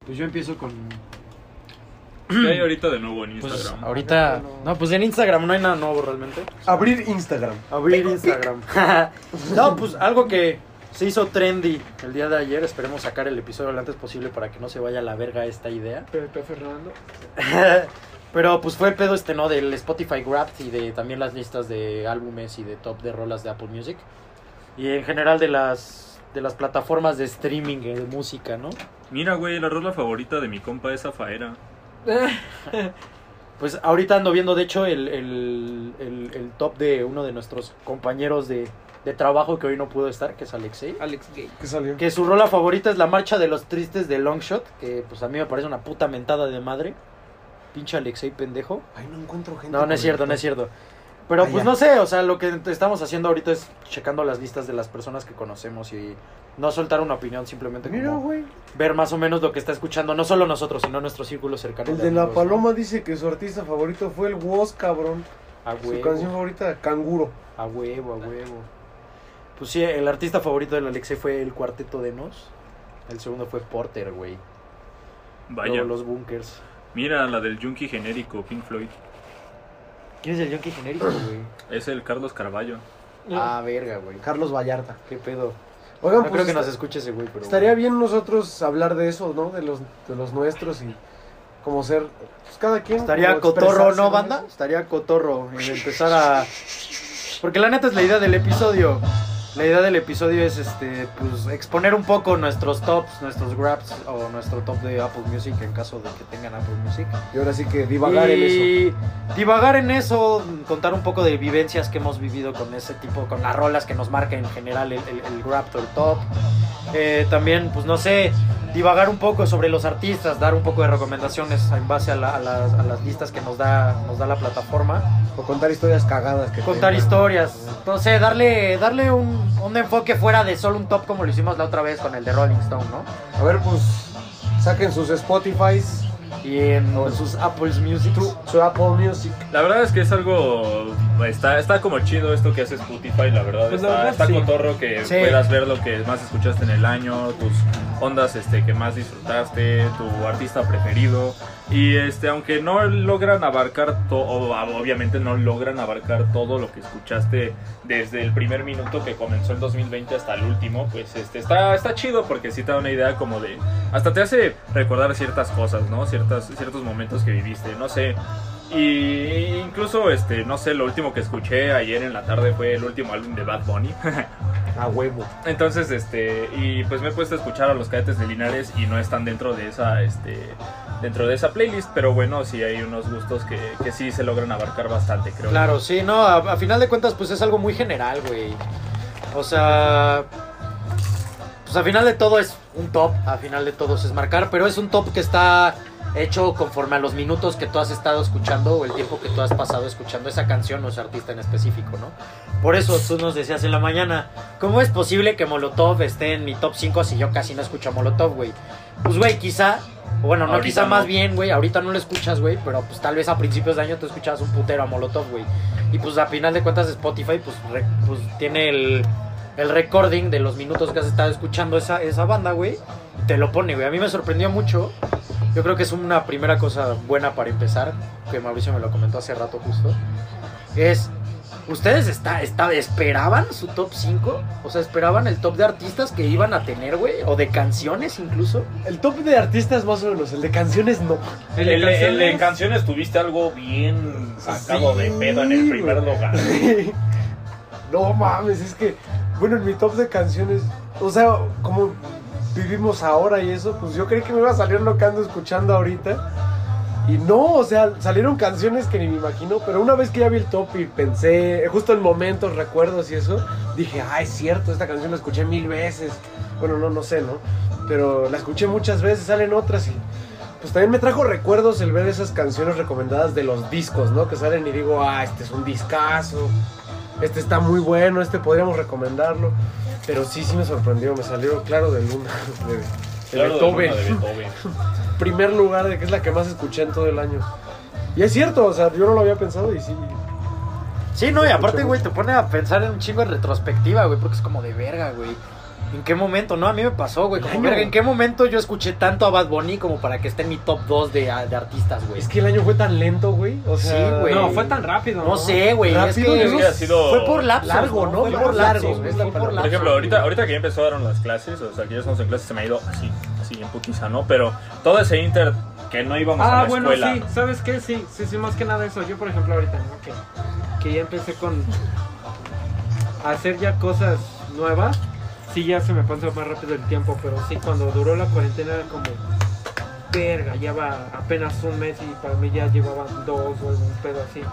Pues yo empiezo con... ¿Qué hay ahorita de nuevo en Pues Instagram? ahorita... No, pues en Instagram no hay nada nuevo realmente. Abrir Instagram. Abrir Instagram. No, pues algo que se hizo trendy el día de ayer. Esperemos sacar el episodio lo antes posible para que no se vaya a la verga esta idea. Pepe Fernando. Pero pues fue el pedo ¿no? Del Spotify Wrapped y de también las listas de álbumes y de top de rolas de Apple Music. Y en general de las plataformas de streaming de música, ¿no? Mira, güey, la rola favorita de mi compa es Zafaera. Pues ahorita ando viendo, de hecho, el top de uno de nuestros compañeros de trabajo que hoy no pudo estar, que es Alexei. Alex Gay. ¿Qué salió? Que su rola favorita es La Marcha de los Tristes de Longshot, que pues a mí me parece una puta mentada de madre. Pinche Alexei, pendejo. Ay, no encuentro gente. No, no es cierto, no es cierto. Pero pues no sé, o sea, lo que estamos haciendo ahorita es checando las listas de las personas que conocemos y no soltar una opinión, simplemente Mira, como güey. ver más o menos lo que está escuchando, no solo nosotros, sino nuestro círculo cercano. El de La amigos, ¿no? Paloma dice que su artista favorito fue el Woz, cabrón. A Su huevo, canción favorita, Canguro. a huevo, a huevo. Pues sí, el artista favorito del Alexei fue el Cuarteto de Nos. El segundo fue Porter, güey. Vaya. Luego los Bunkers. Mira, la del Junkie genérico, Pink Floyd. ¿Quién es el Yonki genérico, güey? Es el Carlos Carballo. Ah, verga, güey. Carlos Vallarta. ¿Qué pedo? Oigan, No pues creo que nos escuche ese güey, pero... estaría bien nosotros hablar de eso, ¿no? De los nuestros y como ser, pues cada quien. Estaría como cotorro, expresarse, ¿no, banda? eso. Estaría cotorro en empezar a... Porque la neta es la idea del episodio. La idea del episodio es pues exponer un poco nuestros tops, nuestros grabs o nuestro top de Apple Music en caso de que tengan Apple Music. Y ahora sí que divagar en eso. Y divagar en eso, contar un poco de vivencias que hemos vivido con ese tipo, con las rolas que nos marca en general el grab o el top. También, pues no sé, divagar un poco sobre los artistas, dar un poco de recomendaciones en base a las listas que nos da la plataforma. O contar historias cagadas que Contar tengan. historias, no sé, darle un enfoque fuera de solo un top como lo hicimos la otra vez con el de Rolling Stone, ¿no? A ver, pues saquen sus Spotifys, Y en sus Apple's Music. su Apple Music. La verdad es que es algo... Está como chido esto que hace Spotify, la verdad. Pues la Está, verdad, está sí. cotorro que Sí. puedas ver lo que más escuchaste en el año, tus ondas que más disfrutaste, tu artista preferido. Y aunque no logran abarcar todo, obviamente no logran abarcar todo lo que escuchaste desde el primer minuto que comenzó el 2020 hasta el último, pues está chido porque sí te da una idea como de... Hasta te hace recordar ciertas cosas, ¿no? Ciertos momentos que viviste, no sé. Y incluso, no sé, lo último que escuché ayer en la tarde fue el último álbum de Bad Bunny. A huevo. Entonces, y pues me he puesto a escuchar a los Cadetes de Linares y no están dentro de esa playlist, pero bueno, sí hay unos gustos que sí se logran abarcar bastante, creo. Claro, sí, no, a final de cuentas pues es algo muy general, güey. O sea, pues a final de todo es un top, a final de todo es marcar, pero es un top que está hecho conforme a los minutos que tú has estado escuchando o el tiempo que tú has pasado escuchando esa canción o ese artista en específico, ¿no? Por eso tú nos decías en la mañana, ¿cómo es posible que Molotov esté en mi top 5 si yo casi no escucho a Molotov, güey? Pues, güey, quizá... Bueno, no, Ahorita quizá no. más bien, güey, ahorita no lo escuchas, güey, pero pues tal vez a principios de año tú escuchabas un putero a Molotov, güey. Y pues a final de cuentas Spotify, pues tiene el recording de los minutos que has estado escuchando esa banda, güey. Y te lo pone, güey. A mí me sorprendió mucho. Yo creo que es una primera cosa buena para empezar, que Mauricio me lo comentó hace rato justo. Es... ¿Ustedes esperaban su top 5? O sea, ¿esperaban el top de artistas que iban a tener, güey? ¿O de canciones incluso? El top de artistas más o menos, el de canciones no. El de canciones tuviste algo bien sacado Sí, de pedo en el primer güey. lugar. No mames, es que, bueno, en mi top de canciones, o sea, como vivimos ahora y eso, pues yo creí que me iba a salir lo que ando escuchando ahorita. Y no, o sea, salieron canciones que ni me imagino, pero una vez que ya vi el top y pensé, justo en momentos, recuerdos y eso, dije, es cierto, esta canción la escuché 1000 veces. Bueno, no sé, ¿no? Pero la escuché muchas veces, salen otras y pues también me trajo recuerdos el ver esas canciones recomendadas de los discos, ¿no? Que salen y digo, este es un discazo, este está muy bueno, este podríamos recomendarlo. Pero sí me sorprendió, me salió Claro de Luna, de Beethoven. De Beethoven. Primer lugar, de que es la que más escuché en todo el año. Y es cierto, o sea, yo no lo había pensado y sí. Sí, no, y aparte, güey, te pone a pensar en un chingo en retrospectiva, güey, porque es como de verga, güey. ¿En qué momento? No, a mí me pasó, güey. Como, año. verga, ¿en qué momento yo escuché tanto a Bad Bunny como para que esté en mi top 2 de artistas, güey? Es que el año fue tan lento, güey. O sea, Sí, güey. No, fue tan rápido. No sé, güey. Es Rápido, que es que ha sido fue por lapsos, largo, ¿no? Fue Fue por por largos, lapsos, güey. es la Fue por palabra. Por ejemplo, lapsos. ahorita que ya empezaron las clases, o sea, que ya estamos en clases, se me ha ido así en putiza, ¿no? Pero todo ese inter que no íbamos a la Bueno, escuela. sí, ¿sabes qué? Sí, más que nada eso. Yo, por ejemplo, ahorita, ¿no? Que ya empecé con hacer ya cosas nuevas. Sí, ya se me pasa más rápido el tiempo, pero sí, cuando duró la cuarentena era como, verga, ya va apenas un mes y para mí ya llevaban 2 o algún pedo así.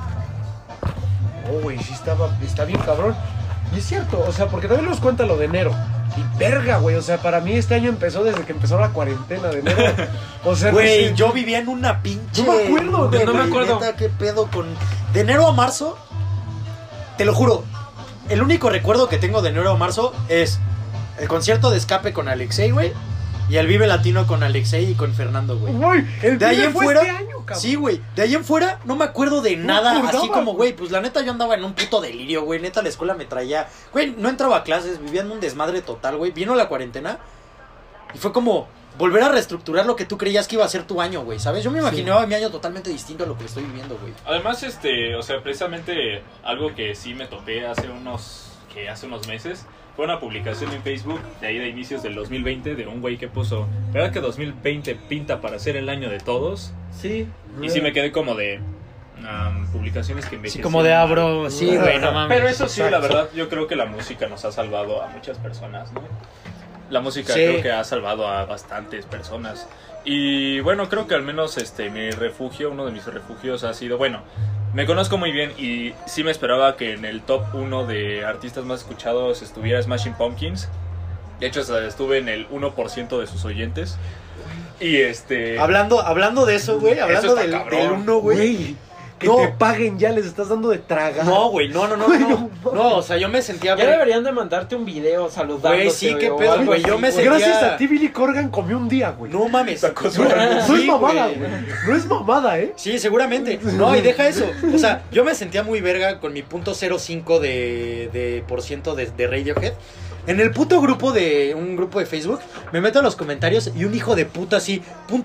No, güey, sí está bien cabrón. Y es cierto, o sea, porque también nos cuenta lo de enero. Y verga, güey, o sea, para mí este año empezó desde que empezó la cuarentena de enero. O sea, Güey, no sé. yo vivía en una pinche... No me acuerdo, nube, no me güey, acuerdo. neta, qué pedo con... De enero a marzo, te lo juro, el único recuerdo que tengo de enero a marzo es el concierto de Escape con Alexei, güey, y el Vive Latino con Alexei y con Fernando, güey. Güey, el De ahí Vive en fue fuera, este año, cabrón. sí, güey, de ahí en fuera no me acuerdo de No nada, acordaba, así como, güey. güey, pues la neta yo andaba en un puto delirio, güey, neta la escuela me traía, güey, no entraba a clases, vivía en un desmadre total, güey, vino la cuarentena y fue como volver a reestructurar lo que tú creías que iba a ser tu año, güey, ¿sabes? Yo me imaginaba mi año totalmente distinto a lo que estoy viviendo, güey. Además, o sea, precisamente algo que sí me topé hace unos meses fue una publicación en Facebook de ahí de inicios del 2020 de un güey que puso, ¿verdad que 2020 pinta para ser el año de todos? Sí. Y sí me quedé como de publicaciones que Sí, envejecieron como de mal. abro, sí, güey, no mames. Pero eso sí, la Exacto. verdad, yo creo que la música nos ha salvado a muchas personas, ¿no? La música Sí. creo que ha salvado a bastantes personas. Y bueno, creo que al menos mi refugio, uno de mis refugios ha sido, bueno, me conozco muy bien y sí me esperaba que en el top 1 de artistas más escuchados estuviera Smashing Pumpkins. De hecho, estuve en el 1% de sus oyentes. Y Hablando de eso, güey, hablando está del cabrón. uno, güey. Güey, que No. te paguen ya, les estás dando de tragar. No, güey, no. No, o sea, yo me sentía... Ya deberían de mandarte un video saludándote. Güey, sí, qué o pedo, algo güey, así, yo me güey. sentía- Gracias a ti, Billy Corgan comió un día, güey. No mames. Sacó su- No, no Sí, es mamada, güey. güey. No es mamada, ¿eh? Sí, seguramente. No, y deja eso. O sea, yo me sentía muy verga con mi .05 de por ciento de Radiohead. En el puto grupo un grupo de Facebook, me meto a los comentarios y un hijo de puta así,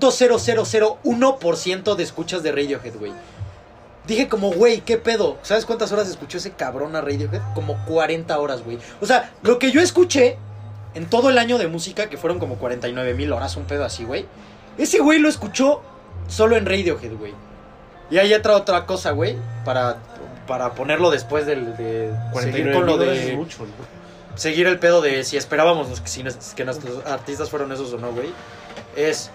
.0001% de escuchas de Radiohead, güey. Dije como, güey, ¿qué pedo? ¿Sabes cuántas horas escuchó ese cabrón a Radiohead? Como 40 horas, güey. O sea, lo que yo escuché en todo el año de música, que fueron como 49,000 horas, un pedo así, güey. Ese güey lo escuchó solo en Radiohead, güey. Y ahí entra otra cosa, güey, para ponerlo después de seguir con lo horas es de... mucho, ¿no? Seguir el pedo de si esperábamos que nuestros artistas fueron esos o no, güey. Es...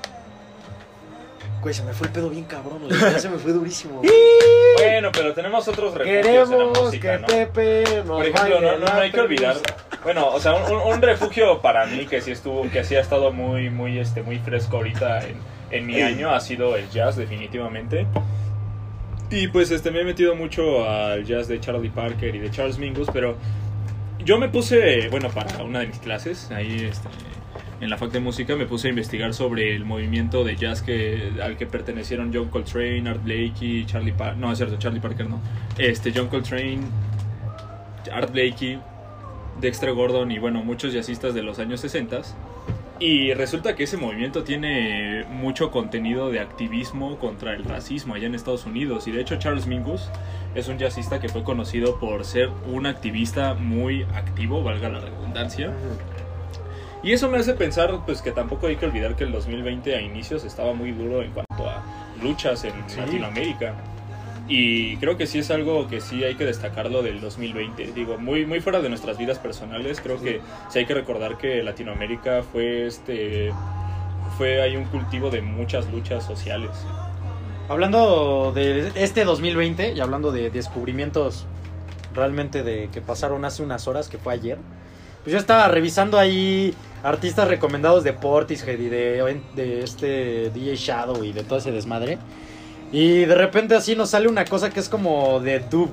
Güey, se me fue el pedo bien cabrón, güey. Ya se me fue durísimo, güey. Bueno, pero tenemos otros refugios en la Queremos música, que ¿no? Pepe nos Por ejemplo, baile no la hay que olvidar. pelusa. Bueno, o sea, un refugio para mí que sí ha estado muy fresco ahorita en mi año ha sido el jazz, definitivamente. Y pues me he metido mucho al jazz de Charlie Parker y de Charles Mingus, pero yo me puse, bueno, para una de mis clases, ahí en la fac de música, me puse a investigar sobre el movimiento de jazz al que pertenecieron John Coltrane, Art Blakey, Charlie Parker, no, es cierto, Charlie Parker no, John Coltrane, Art Blakey, Dexter Gordon y bueno, muchos jazzistas de los años 60. Y resulta que ese movimiento tiene mucho contenido de activismo contra el racismo allá en Estados Unidos. Y de hecho Charles Mingus es un jazzista que fue conocido por ser un activista muy activo, valga la redundancia. Y eso me hace pensar pues que tampoco hay que olvidar que el 2020 a inicios estaba muy duro en cuanto a luchas en Latinoamérica. Y creo que sí es algo que sí hay que destacarlo del 2020. Digo, muy, muy fuera de nuestras vidas personales, creo que sí hay que recordar que Latinoamérica fue hay un cultivo de muchas luchas sociales. Hablando de este 2020 y hablando de descubrimientos realmente de que pasaron hace unas horas, que fue ayer, pues yo estaba revisando ahí artistas recomendados de Portishead y de DJ Shadow y de todo ese desmadre. Y de repente así nos sale una cosa que es como de dub.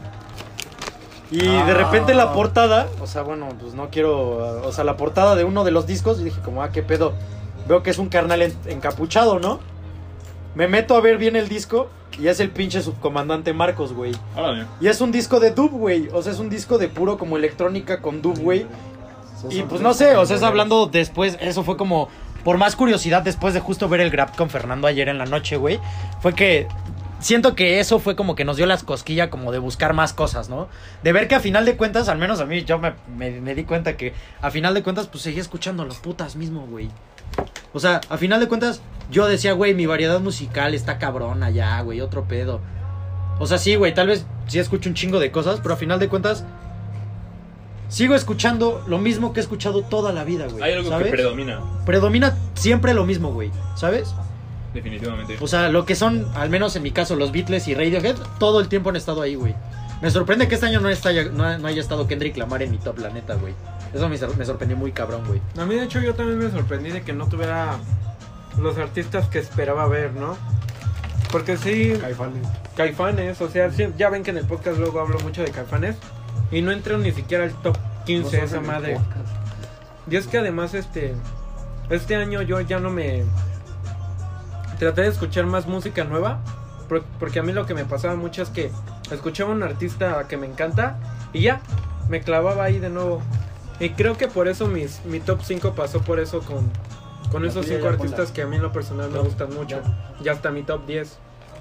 Y de repente la portada, o sea, bueno, pues no quiero... O sea, la portada de uno de los discos, y dije como, qué pedo. Veo que es un carnal encapuchado, ¿no? Me meto a ver bien el disco y es el pinche subcomandante Marcos, güey. Órale. Y es un disco de dub, güey. O sea, es un disco de puro como electrónica con dub, güey. Y pues no sé, o sea, es hablando después, eso fue como, por más curiosidad, después de justo ver el Grab con Fernando ayer en la noche, güey, fue que siento que eso fue como que nos dio las cosquillas como de buscar más cosas, ¿no? De ver que a final de cuentas, al menos a mí, yo me di cuenta que a final de cuentas, pues seguía escuchando los putas mismo, güey. O sea, a final de cuentas, yo decía, güey, mi variedad musical está cabrona ya, güey, otro pedo. O sea, sí, güey, tal vez sí escucho un chingo de cosas, pero a final de cuentas sigo escuchando lo mismo que he escuchado toda la vida, güey. Hay algo ¿sabes? que predomina. Predomina siempre lo mismo, güey, ¿sabes? Definitivamente. O sea, lo que son, al menos en mi caso, los Beatles y Radiohead, todo el tiempo han estado ahí, güey. Me sorprende que este año no haya estado Kendrick Lamar en mi top, la neta, güey. Eso me sorprendió muy cabrón, güey. A mí, de hecho, yo también me sorprendí de que no tuviera los artistas que esperaba ver, ¿no? Porque sí, Caifanes, o sea, sí, ya ven que en el podcast luego hablo mucho de Caifanes y no entró ni siquiera al top 15 esa madre. Y es que además este año yo ya no me traté de escuchar más música nueva, porque a mí lo que me pasaba mucho es que escuchaba un artista que me encanta y ya me clavaba ahí de nuevo. Y creo que por eso mi top 5 pasó por eso con esos 5 artistas que a mí en lo personal me gustan mucho. Ya hasta mi top 10.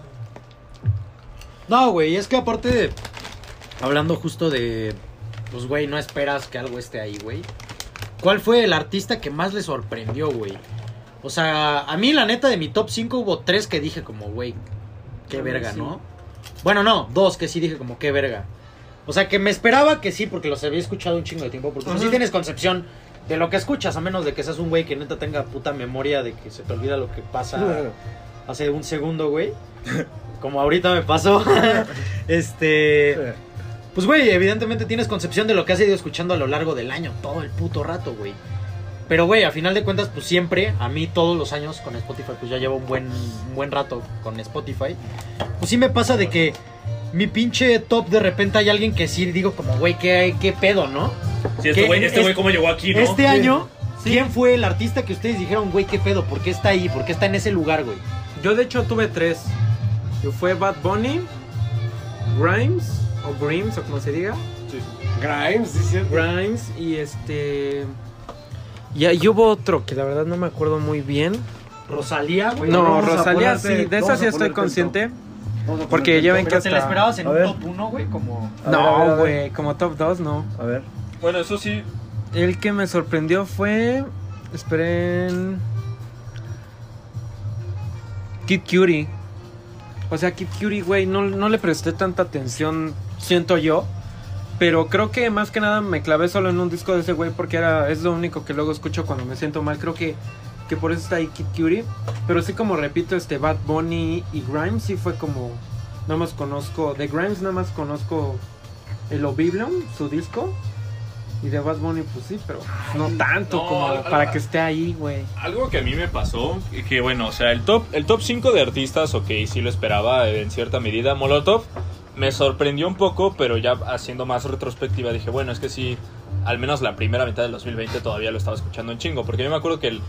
No, güey, es que aparte, hablando justo de, pues, güey, no esperas que algo esté ahí, güey. ¿Cuál fue el artista que más le sorprendió, güey? O sea, a mí la neta de mi top 5 hubo 3 que dije como, güey, qué verga, sí. ¿no? Bueno, no, 2 que sí dije como, qué verga. O sea, que me esperaba que sí, porque los había escuchado un chingo de tiempo. Porque sí tienes concepción de lo que escuchas, a menos de que seas un güey que neta tenga puta memoria de que se te olvida lo que pasa hace un segundo, güey. Como ahorita me pasó. Pues, güey, evidentemente tienes concepción de lo que has ido escuchando a lo largo del año, todo el puto rato, güey. Pero, güey, a final de cuentas, pues siempre, a mí todos los años con Spotify, pues ya llevo un buen rato con Spotify. Pues sí me pasa de que mi pinche top de repente hay alguien que sí digo como, güey, qué pedo, ¿no? Sí, este güey cómo llegó aquí, ¿no? Este año, ¿quién fue el artista que ustedes dijeron, güey, qué pedo? ¿Por qué está ahí? ¿Por qué está en ese lugar, güey? Yo de hecho tuve 3. Fue Bad Bunny, Grimes, o Grimes, o como se diga. Sí. Grimes, sí, cierto. Grimes y y hubo otro que la verdad no me acuerdo muy bien. Rosalía, güey. No, vamos a Rosalía ponerte- sí, de eso vamos sí a estoy ponerte consciente. Vamos a Porque ponerte ya el ven top. que ¿Pero te la hasta- esperabas en A un ver. top 1, güey? Como... A ver, No, güey, como top 2 no. A ver. Bueno, eso sí. El que me sorprendió fue... Esperen... Kid Cudi. O sea, Kid Cudi, güey, no le presté tanta atención, siento yo. Pero creo que más que nada me clavé solo en un disco de ese güey porque es lo único que luego escucho cuando me siento mal. Creo que por eso está ahí Kid Cudi. Pero sí, como repito, Bad Bunny y Grimes sí fue como... Nada más conozco... De Grimes nada más conozco el Oblivion, su disco. Y de Bad Bunny, pues sí, pero no tanto no, como para que esté ahí, güey. Algo que a mí me pasó, que bueno, o sea, el top 5 de artistas, ok, sí lo esperaba en cierta medida. Molotov me sorprendió un poco, pero ya haciendo más retrospectiva dije, bueno, es que sí, al menos la primera mitad del 2020 todavía lo estaba escuchando en chingo, porque yo me acuerdo que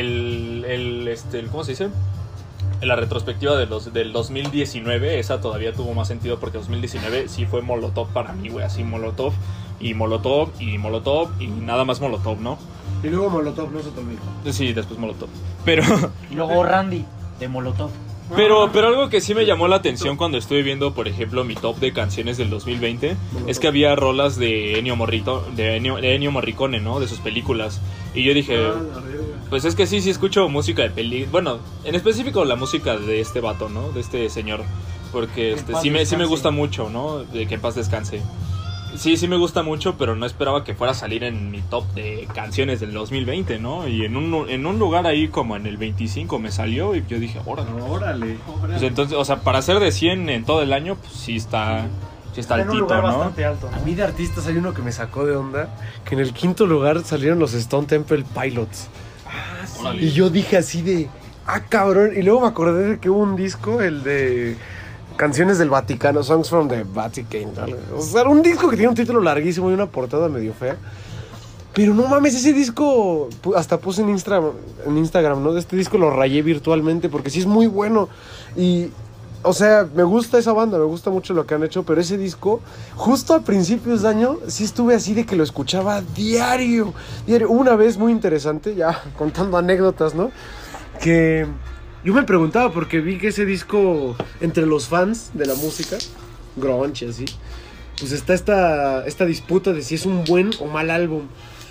¿cómo se dice? La retrospectiva del 2019, esa todavía tuvo más sentido porque 2019 sí fue Molotov para mí, güey, así Molotov y Molotov y Molotov y nada más Molotov, ¿no? Y luego Molotov, no se te olvide. Sí, después Molotov. Pero Y luego Randy, de Molotov. Pero algo que sí me llamó la atención cuando estuve viendo, por ejemplo, mi top de canciones del 2020, es que había rolas de Ennio Morricone, ¿no? De sus películas. Y yo dije, pues es que sí escucho música de peli. Bueno, en específico la música de este vato, ¿no? De este señor. Porque sí me gusta mucho, ¿no? De que en paz descanse. Sí me gusta mucho, pero no esperaba que fuera a salir en mi top de canciones del 2020, ¿no? Y en un lugar ahí como en el 25 me salió y yo dije, órale. Pues entonces, o sea, para ser de 100 en todo el año, pues sí está en un altito, lugar ¿no? bastante alto, ¿no? A mí de artistas hay uno que me sacó de onda, que en el 5º lugar salieron los Stone Temple Pilots. Órale. Y yo dije así de, cabrón. Y luego me acordé de que hubo un disco, el de Canciones del Vaticano, Songs from the Vatican. O sea, era un disco que tiene un título larguísimo y una portada medio fea. Pero no mames, ese disco hasta puse en Instagram, ¿no? De este disco lo rayé virtualmente porque sí es muy bueno. Y o sea, me gusta esa banda, me gusta mucho lo que han hecho, pero ese disco, justo a principios de año, sí estuve así de que lo escuchaba diario. Una vez muy interesante, ya contando anécdotas, ¿no? Que yo me preguntaba, porque vi que ese disco, entre los fans de la música, grunge y así, pues está esta disputa de si es un buen o mal álbum.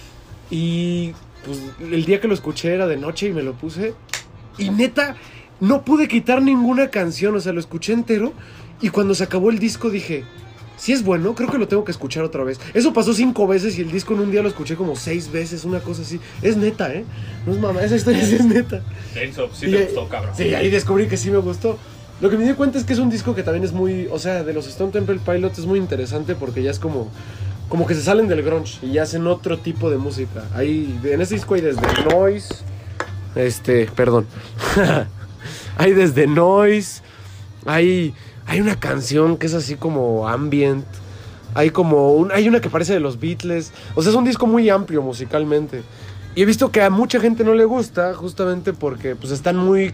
Y pues el día que lo escuché era de noche y me lo puse, y neta, no pude quitar ninguna canción, o sea, lo escuché entero, y cuando se acabó el disco dije, si es bueno, creo que lo tengo que escuchar otra vez. Eso pasó 5 veces y el disco en un día lo escuché como 6 veces, una cosa así. Es neta, no es mamá, esa historia sí es neta. Denso, sí te gustó, cabrón. Sí, ahí descubrí que sí me gustó. Lo que me di cuenta es que es un disco que también es muy, o sea, de los Stone Temple Pilots es muy interesante porque ya es como que se salen del grunge y ya hacen otro tipo de música. En ese disco hay desde noise, perdón. Hay desde noise, hay una canción que es así como ambient, hay una que parece de los Beatles. O sea, es un disco muy amplio musicalmente. Y he visto que a mucha gente no le gusta justamente porque pues están muy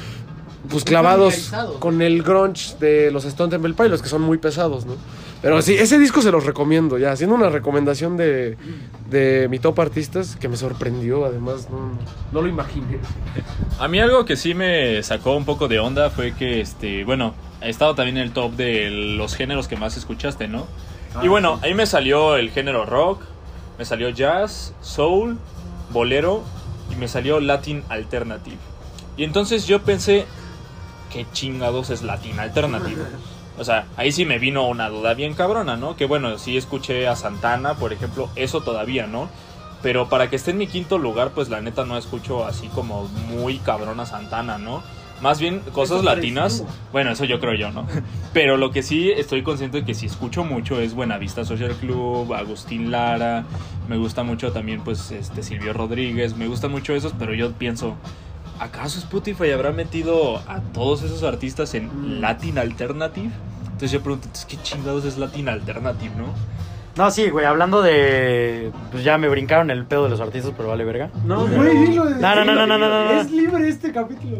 clavados con el grunge de los Stone Temple Pilots, que son muy pesados, ¿no? Pero sí, ese disco se los recomiendo, ya, haciendo una recomendación de mi top artistas, que me sorprendió, además, no lo imaginé. A mí algo que sí me sacó un poco de onda fue que, bueno, he estado también en el top de los géneros que más escuchaste, ¿no? Y bueno, ahí me salió el género rock, me salió jazz, soul, bolero, y me salió Latin Alternative. Y entonces yo pensé, ¿qué chingados es Latin Alternative? O sea, ahí sí me vino una duda bien cabrona, ¿no? Que bueno, sí escuché a Santana, por ejemplo, eso todavía, ¿no? Pero para que esté en mi quinto lugar, pues la neta no escucho así como muy cabrona Santana, ¿no? Más bien cosas latinas, bueno, eso yo creo yo, ¿no? Pero lo que sí estoy consciente de que sí escucho mucho es Buenavista Social Club, Agustín Lara, me gusta mucho también pues Silvio Rodríguez, me gustan mucho esos, pero yo pienso, ¿acaso Spotify habrá metido a todos esos artistas en Latin Alternative? Entonces yo pregunto, ¿qué chingados es Latin Alternative, no? No, sí, güey, hablando de... Pues ya me brincaron el pedo de los artistas, pero vale verga. No, güey, dilo. No. Es libre este capítulo.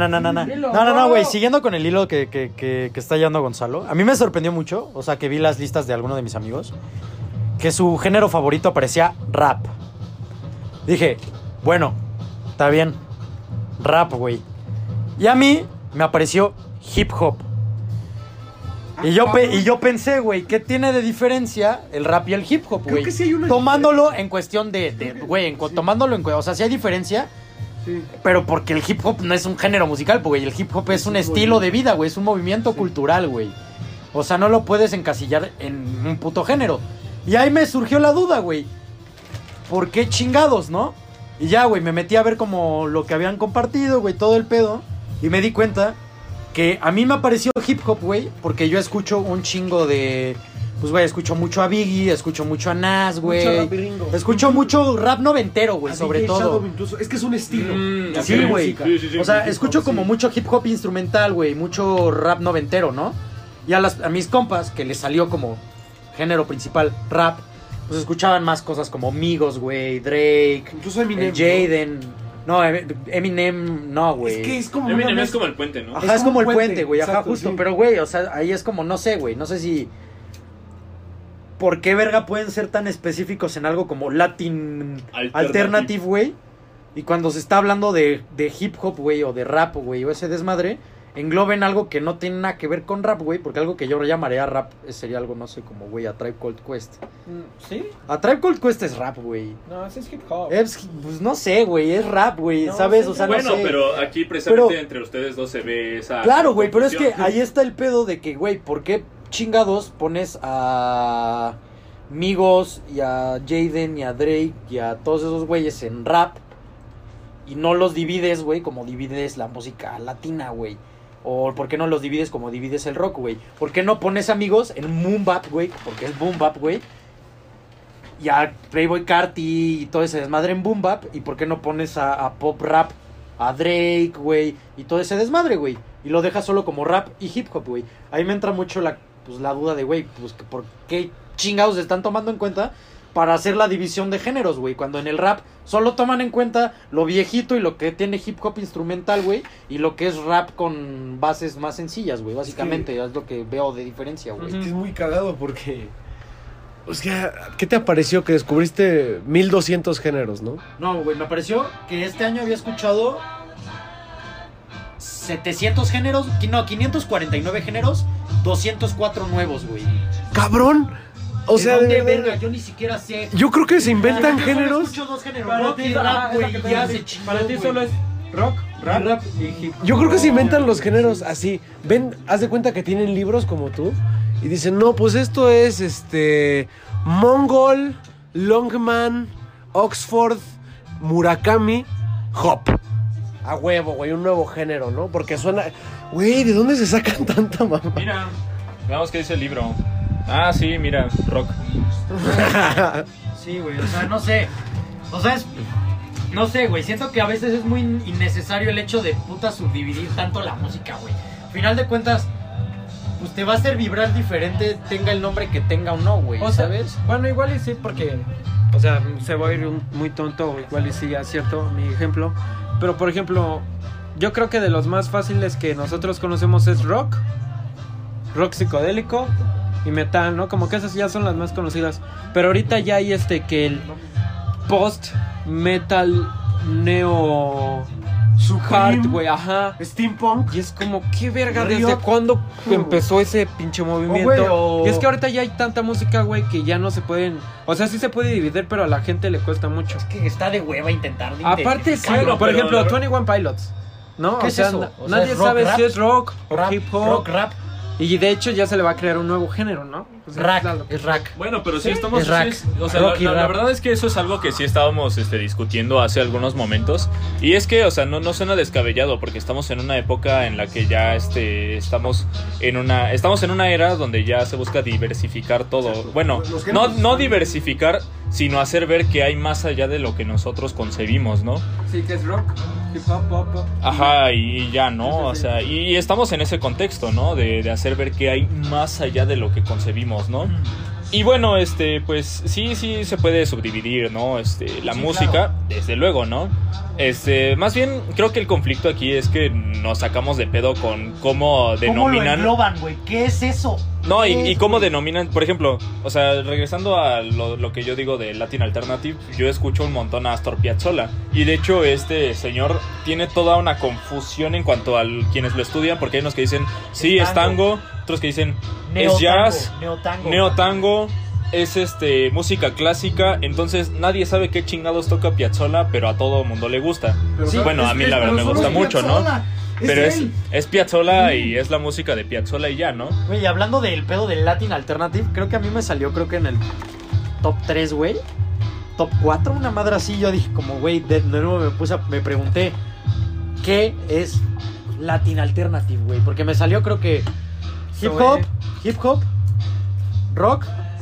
No, güey, siguiendo con el hilo que está llevando Gonzalo. A mí me sorprendió mucho, o sea, que vi las listas de algunos de mis amigos, que su género favorito aparecía rap. Dije, bueno, está bien, rap, güey. Y a mí me apareció hip hop. Y yo pensé, güey, ¿qué tiene de diferencia el rap y el hip hop, güey? Creo que sí hay una tomándolo en cuestión o sea, sí hay diferencia, sí, pero porque el hip hop no es un género musical, güey, el hip hop es un estilo de vida, güey, es un movimiento cultural, güey. O sea, no lo puedes encasillar en un puto género. Y ahí me surgió la duda, güey, ¿por qué chingados, no? Y ya, güey, me metí a ver como lo que habían compartido, güey, todo el pedo, y me di cuenta que a mí me apareció hip hop, güey, porque yo escucho un chingo de... Pues, güey, escucho mucho a Biggie, escucho mucho a Nas, güey. Escucho mucho rap noventero, güey, sobre todo. Shadow, incluso. Es que es un estilo. Sí, güey. Sí, o sea, escucho como mucho hip hop instrumental, güey, mucho rap noventero, ¿no? Y a mis compas, que les salió como género principal rap, pues escuchaban más cosas como Migos, güey, Drake, incluso Eminem, Jaden... No, Eminem no, güey. Es que es como Eminem es como el puente, ¿no? Ajá, es como el puente, güey. Ajá, exacto, justo. Sí. Pero, güey, o sea, ahí es como, no sé, güey. No sé si... ¿Por qué, verga, pueden ser tan específicos en algo como Latin Alternative, güey? Y cuando se está hablando de hip hop, güey, o de rap, güey, o ese desmadre, engloben algo que no tiene nada que ver con rap, güey, porque algo que yo llamaría rap sería algo, no sé, como, güey, A Tribe Called Quest. ¿Sí? A Tribe Called Quest es rap, güey. No, ese es hip hop. Pues no sé, güey, es rap, güey, No, ¿sabes? sí, O sea, bueno, no sé. pero aquí precisamente entre ustedes dos se ve esa... Claro, güey, pero es que confusión. ahí está el pedo de que, güey, ¿por qué chingados pones a Migos y a Jaden y a Drake y a todos esos güeyes en rap y no los divides, güey, como divides la música latina, güey? O ¿por qué no los divides como divides el rock, güey? ¿Por qué no pones Amigos en boom bap, güey? Porque es boom bap, güey. Y a Playboy Carti y todo ese desmadre en boom bap. ¿Y por qué no pones a pop rap, a Drake, güey? Y todo ese desmadre, güey. Y lo dejas solo como rap y hip hop, güey. Ahí me entra mucho la duda de, güey, pues ¿por qué chingados se están tomando en cuenta para hacer la división de géneros, güey. Cuando en el rap solo toman en cuenta lo viejito y lo que tiene hip hop instrumental, güey. Y lo que es rap con bases más sencillas, güey. Básicamente, es lo que veo de diferencia, güey. Es que es muy cagado porque... O sea, ¿qué te pareció que descubriste 1200 géneros, no? No, güey, me pareció que este año había escuchado 700 géneros, no, 549 géneros, 204 nuevos, güey. ¡Cabrón! O sea, ¿de de dónde, verdad, verga? Yo ni siquiera sé. yo creo que se inventan Yo solo géneros. escucho dos géneros, Para rock ti, y rap, güey, es lo que y ya te se digo. chingó, Para ti güey. solo es rock, rap y hip hop. Yo creo que se inventan los géneros así. Ven, haz de cuenta que tienen libros como tú y dicen, no, pues esto es Mongol, Longman, Oxford, Murakami, Hop. A huevo, güey, un nuevo género, ¿no? Porque suena... Güey, ¿de dónde se sacan tanta mamá? Mira, veamos qué dice el libro. Ah, sí, mira, rock. Sí, güey, o sea, no sé. O sea, no sé, güey, siento que a veces es muy innecesario el hecho de puta subdividir tanto la música, güey. Al final de cuentas, pues te va a hacer vibrar diferente, tenga el nombre que tenga o no, güey, O sea, ¿sabes? bueno, igual y sí, porque, o sea, se va a ir muy tonto, igual y sí, acierto mi ejemplo. Pero, por ejemplo, yo creo que de los más fáciles que nosotros conocemos es rock psicodélico y metal, ¿no? Como que esas ya son las más conocidas. Pero ahorita ya hay que el post-metal neo... hard, güey, ajá. Steampunk. Y es como, ¿qué verga? Riot. ¿Desde cuándo empezó ese pinche movimiento? O, güey, Y es que ahorita ya hay tanta música, güey, que ya no se pueden... O sea, sí se puede dividir, pero a la gente le cuesta mucho. que está de hueva intentar Aparte, sí, Bueno, por pero ejemplo, la- 21 Pilots, ¿no? ¿Qué O es sea, eso? O sea, nadie ¿es rock, sabe rap? si es rock o rap, hip hop. rock, rap, Y de hecho ya se le va a crear un nuevo género, ¿no? O sea, rack, claro. es rack. Bueno, pero sí estamos... Es rack. o sea, Rock y la rap. verdad es que eso es algo que sí estábamos discutiendo hace algunos momentos. Y es que, o sea, no suena descabellado porque estamos en una época en la que ya estamos en una era donde ya se busca diversificar todo. Exacto. Bueno, Los géneros no están- diversificar, sino hacer ver que hay más allá de lo que nosotros concebimos, ¿no? Sí, que es rock, hip hop, pop. Ajá, y ya, ¿no? Sí, sí, O sí. sea, y estamos en ese contexto, ¿no? De hacer ver que hay más allá de lo que concebimos, ¿no? Y bueno, pues sí se puede subdividir, ¿no? La Sí, música, claro. desde luego, ¿no? Más bien creo que el conflicto aquí es que nos sacamos de pedo con cómo ¿Cómo lo denominan. engloban, güey? ¿Qué es eso? No, ¿Qué y es, cómo güey? denominan, por ejemplo, o sea, regresando a lo que yo digo de Latin Alternative, yo escucho un montón a Astor Piazzolla. Y de hecho, este señor tiene toda una confusión en cuanto a quienes lo estudian, porque hay unos que dicen, sí, es tango, otros que dicen, es jazz, Neotango. neotango, es música clásica, entonces nadie sabe qué chingados toca Piazzolla, pero a todo mundo le gusta. Pero, Sí, o sea, bueno, a mí la verdad me gusta mucho, ¿no? Pero es Piazzolla y es la música de Piazzolla y ya, ¿no? Güey, hablando del pedo del Latin Alternative, creo que a mí me salió, creo que en el top 3, güey. Top 4, una madre así. Yo dije, como, güey, de nuevo me pregunté, ¿qué es Latin Alternative, güey? Porque me salió, creo que hip hop, rock,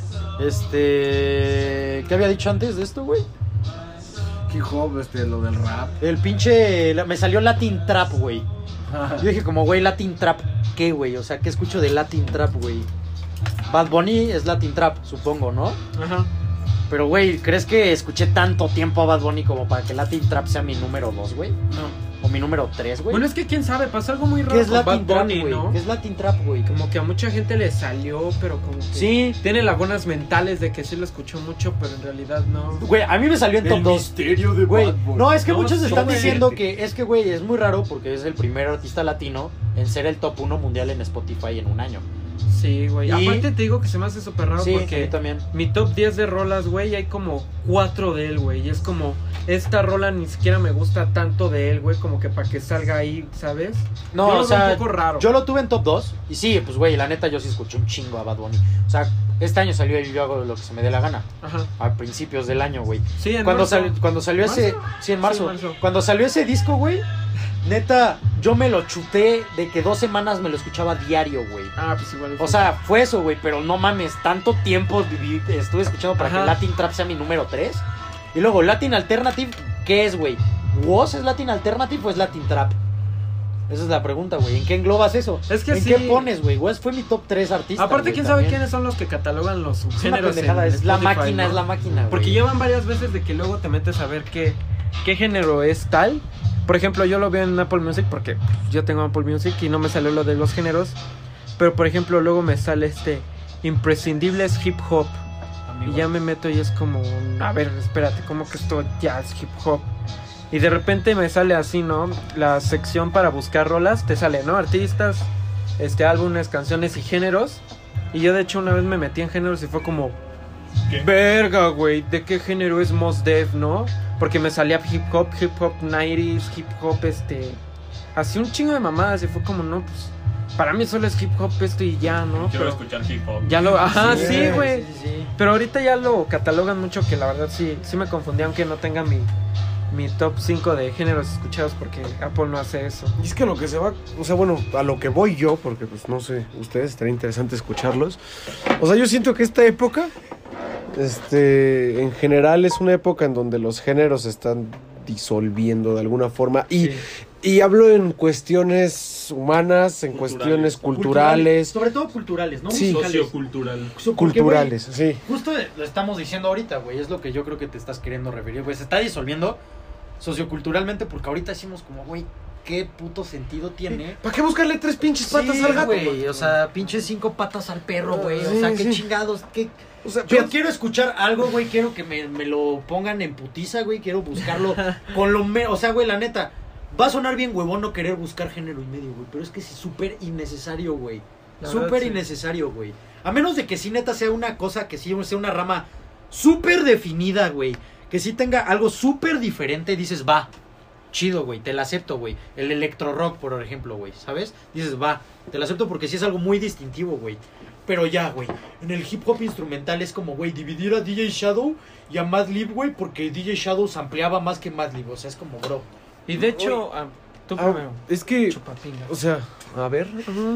¿qué había dicho antes de esto, güey? Hip hop, lo del rap. El pinche, me salió Latin Trap, güey. Yo dije como, güey, Latin Trap, ¿qué, güey? O sea, ¿qué escucho de Latin Trap, güey? Bad Bunny es Latin Trap, supongo, ¿no? Ajá. Pero, güey, ¿crees que escuché tanto tiempo a Bad Bunny como para que Latin Trap sea mi número 2, güey? No. O mi número 3, güey. Bueno, es que quién sabe, pasó algo muy raro ¿Qué es con Latin Bad Trap, Bunny, güey? ¿no? ¿Qué es Latin Trap, güey? Como que a mucha gente le salió, pero como que... Sí. Tiene lagunas mentales de que sí lo escuchó mucho, pero en realidad no. Güey, a mí me salió en top 2. misterio de Güey, Bad Bunny. no, es que No, muchos sí, están güey. diciendo que es que, güey, es muy raro porque es el primer artista latino en ser el top 1 mundial en Spotify en un año. Sí, güey. Y- Aparte te digo que se me hace súper raro Sí, a mí porque también. mi top 10 de rolas, güey, hay como 4 de él, güey. Y es como, esta rola ni siquiera me gusta tanto de él, güey, como que para que salga ahí, ¿sabes? No, Yo lo o veo sea, un poco raro. yo lo tuve en top 2 y sí, pues güey, la neta yo sí escuché un chingo a Bad Bunny. O sea, este año salió el Yo Hago Lo Que Se Me Dé La Gana, Ajá. a principios del año, güey. Sí, en Cuando, marzo. cuando salió ese, ¿Marzo? sí, en marzo. Sí, en marzo. Cuando salió ese disco, güey, neta, yo me lo chuté de que 2 semanas me lo escuchaba diario, güey. Ah, pues igual. O sea, fue eso, güey, pero no mames, tanto tiempo estuve escuchando para Ajá. que Latin Trap sea mi número 3. Y luego, Latin Alternative, ¿qué es, güey? ¿Was es Latin Alternative o es Latin Trap? Esa es la pregunta, güey. ¿En qué englobas eso? Es que ¿En sí. qué pones, güey? West fue mi top 3 artistas. Aparte, güey, quién sabe también. quiénes son los que catalogan los Es una subgéneros. pendejada, en es la Spotify, máquina, ¿no? es la máquina, güey. Porque llevan varias veces de que luego te metes a ver qué género es tal. Por ejemplo, yo lo veo en Apple Music porque yo tengo Apple Music y no me salió lo de los géneros. Pero, por ejemplo, luego me sale imprescindibles hip hop. Amigo. Y ya me meto y es como, a ver, espérate, ¿cómo que esto ya es hip hop? Y de repente me sale así, ¿no? La sección para buscar rolas, te sale, ¿no? Artistas, álbumes, canciones y géneros. Y yo de hecho una vez me metí en géneros y fue como, ¿Qué? verga, güey, ¿de qué género es Mos Def, no? Porque me salía hip hop 90s, hip hop, así un chingo de mamadas y fue como, no, pues, para mí solo es hip hop esto y ya, ¿no? Quiero Pero escuchar hip hop. ya lo, ajá, sí, güey. Sí. Pero ahorita ya lo catalogan mucho, que la verdad sí me confundí, aunque no tenga mi top 5 de géneros escuchados, porque Apple no hace eso. Y es que lo que se va, o sea, bueno, a lo que voy yo, porque pues no sé, ustedes estaría interesante escucharlos. O sea, yo siento que esta época, en general es una época en donde los géneros se están disolviendo de alguna forma. Y hablo en cuestiones humanas, en cuestiones culturales. Sobre todo culturales, ¿no? Sí. Musicales. Sociocultural. Porque, Culturales, güey, sí. justo lo estamos diciendo ahorita, güey. Es lo que yo creo que te estás queriendo referir, güey. Se está disolviendo socioculturalmente porque ahorita decimos como, güey, ¿qué puto sentido tiene? ¿Para qué buscarle 3 pinches patas al gato? güey. O sea, pinches 5 patas al perro, güey. O Sí, sea, qué sí. chingados, qué... O sea, Yo quiero escuchar algo, güey. Quiero que me lo pongan en putiza, güey. Quiero buscarlo con lo menos. O sea, güey, la neta. Va a sonar bien huevón no querer buscar género y medio, güey. Pero es que es súper innecesario, güey. La verdad, Súper sí. innecesario, güey. A menos de que sí, neta, sea una cosa que sí sea una rama súper definida, güey. Que sí tenga algo súper diferente. Dices, va. Chido, güey. Te la acepto, güey. El electro rock, por ejemplo, güey. ¿Sabes? Dices, va. Te la acepto porque sí es algo muy distintivo, güey. Pero ya, güey. En el hip hop instrumental es como, güey, dividir a DJ Shadow y a Madlib, güey. Porque DJ Shadow se ampliaba más que Madlib. O sea, es como, bro. Y de hecho, tú primero. es que, Chupapinga. o sea, a ver.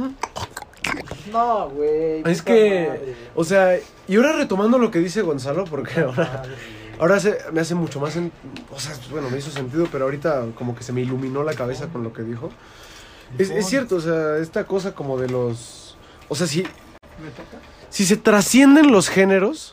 No, güey. Es que, o sea, y ahora retomando lo que dice Gonzalo, porque ahora me hace mucho más, o sea, bueno, me hizo sentido, pero ahorita como que se me iluminó la cabeza con lo que dijo. Es cierto, o sea, esta cosa como de los, o sea, si se trascienden los géneros,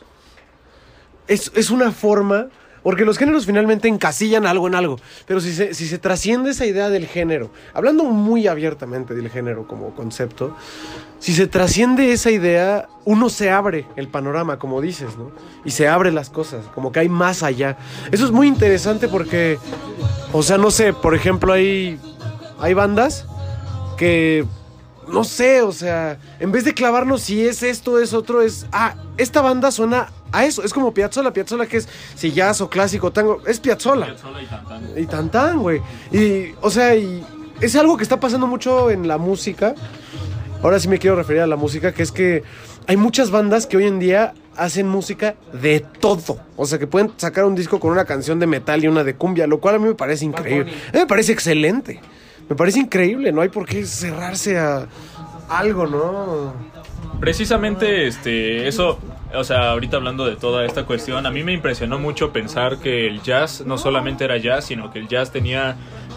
es una forma, porque los géneros finalmente encasillan algo en algo, pero si se trasciende esa idea del género, hablando muy abiertamente del género como concepto, si se trasciende esa idea, uno se abre el panorama, como dices, ¿no? Y se abre las cosas, como que hay más allá. Eso es muy interesante porque, o sea, no sé, por ejemplo, hay bandas que, no sé, o sea, en vez de clavarnos si es esto, es otro, esta banda suena a eso. Es como Piazzolla, que es si jazz o clásico, tango, es Piazzolla. Piazzolla y Tantán. Y Tantán, güey. Y, o sea, y es algo que está pasando mucho en la música. Ahora sí me quiero referir a la música, que es que hay muchas bandas que hoy en día hacen música de todo. O sea, que pueden sacar un disco con una canción de metal y una de cumbia, lo cual a mí me parece increíble. A mí me parece excelente. Me parece increíble, no hay por qué cerrarse a algo, ¿no? Precisamente eso, o sea, ahorita hablando de toda esta cuestión, a mí me impresionó mucho pensar que el jazz no solamente era jazz, sino que el jazz tenía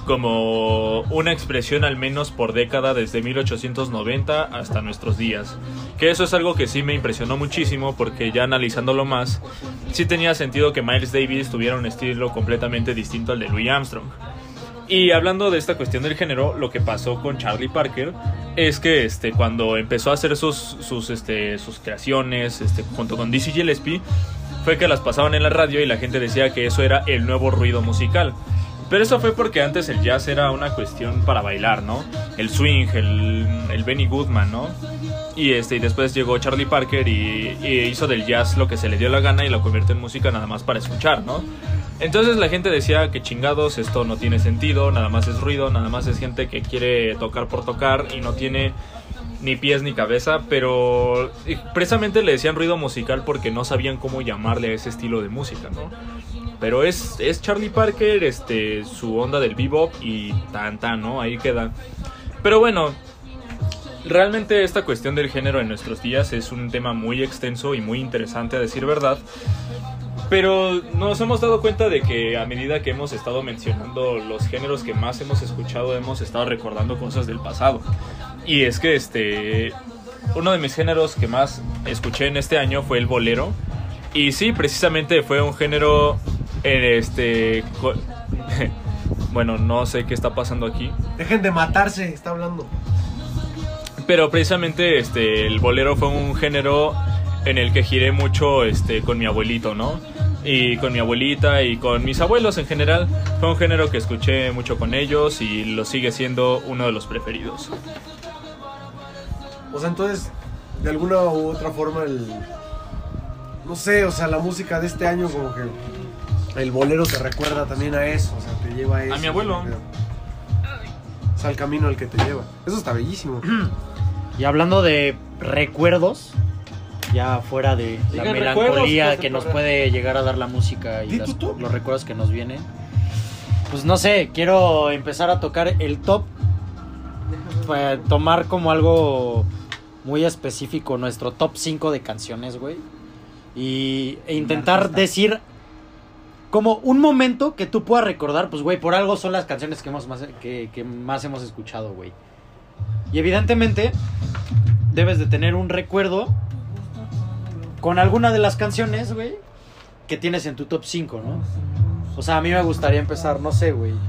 como una expresión al menos por década desde 1890 hasta nuestros días. Que eso es algo que sí me impresionó muchísimo porque ya analizándolo más, sí tenía sentido que Miles Davis tuviera un estilo completamente distinto al de Louis Armstrong. Y hablando de esta cuestión del género, lo que pasó con Charlie Parker es que cuando empezó a hacer sus creaciones junto con Dizzy Gillespie, fue que las pasaban en la radio y la gente decía que eso era el nuevo ruido musical. Pero eso fue porque antes el jazz era una cuestión para bailar, ¿no? El swing, el Benny Goodman, ¿no? Y después llegó Charlie Parker y hizo del jazz lo que se le dio la gana y lo convirtió en música nada más para escuchar, ¿no? Entonces la gente decía que chingados, esto no tiene sentido, nada más es ruido, nada más es gente que quiere tocar por tocar y no tiene ni pies ni cabeza, pero precisamente le decían ruido musical porque no sabían cómo llamarle a ese estilo de música, ¿no? Pero es Charlie Parker, su onda del bebop y tan, ¿no? Ahí queda. Pero bueno, realmente esta cuestión del género en nuestros días es un tema muy extenso y muy interesante a decir verdad. Pero nos hemos dado cuenta de que a medida que hemos estado mencionando los géneros que más hemos escuchado, hemos estado recordando cosas del pasado. Y es que uno de mis géneros que más escuché en este año fue el bolero. Y sí, precisamente fue un género bueno, no sé qué está pasando aquí. Dejen de matarse, está hablando. Pero precisamente el bolero fue un género en el que giré mucho con mi abuelito, ¿no? Y con mi abuelita y con mis abuelos en general. Fue un género que escuché mucho con ellos y lo sigue siendo uno de los preferidos. O sea, entonces, de alguna u otra forma, no sé, o sea, la música de este año como que el bolero te recuerda también a eso, o sea, te lleva a eso. A mi abuelo. O sea, al camino al que te lleva. Eso está bellísimo. Y hablando de recuerdos, ya fuera de la Digan melancolía recuerdos, que nos puede llegar a dar la música y Di tu top. los recuerdos que nos vienen, pues no sé, quiero empezar a tocar el top, tomar como algo muy específico nuestro top 5 de canciones, güey, e intentar decir como un momento que tú puedas recordar, pues güey, por algo son las canciones que más hemos escuchado, güey. Y evidentemente debes de tener un recuerdo con alguna de las canciones, güey, que tienes en tu top 5, ¿no? O sea, a mí me gustaría empezar, no sé, güey.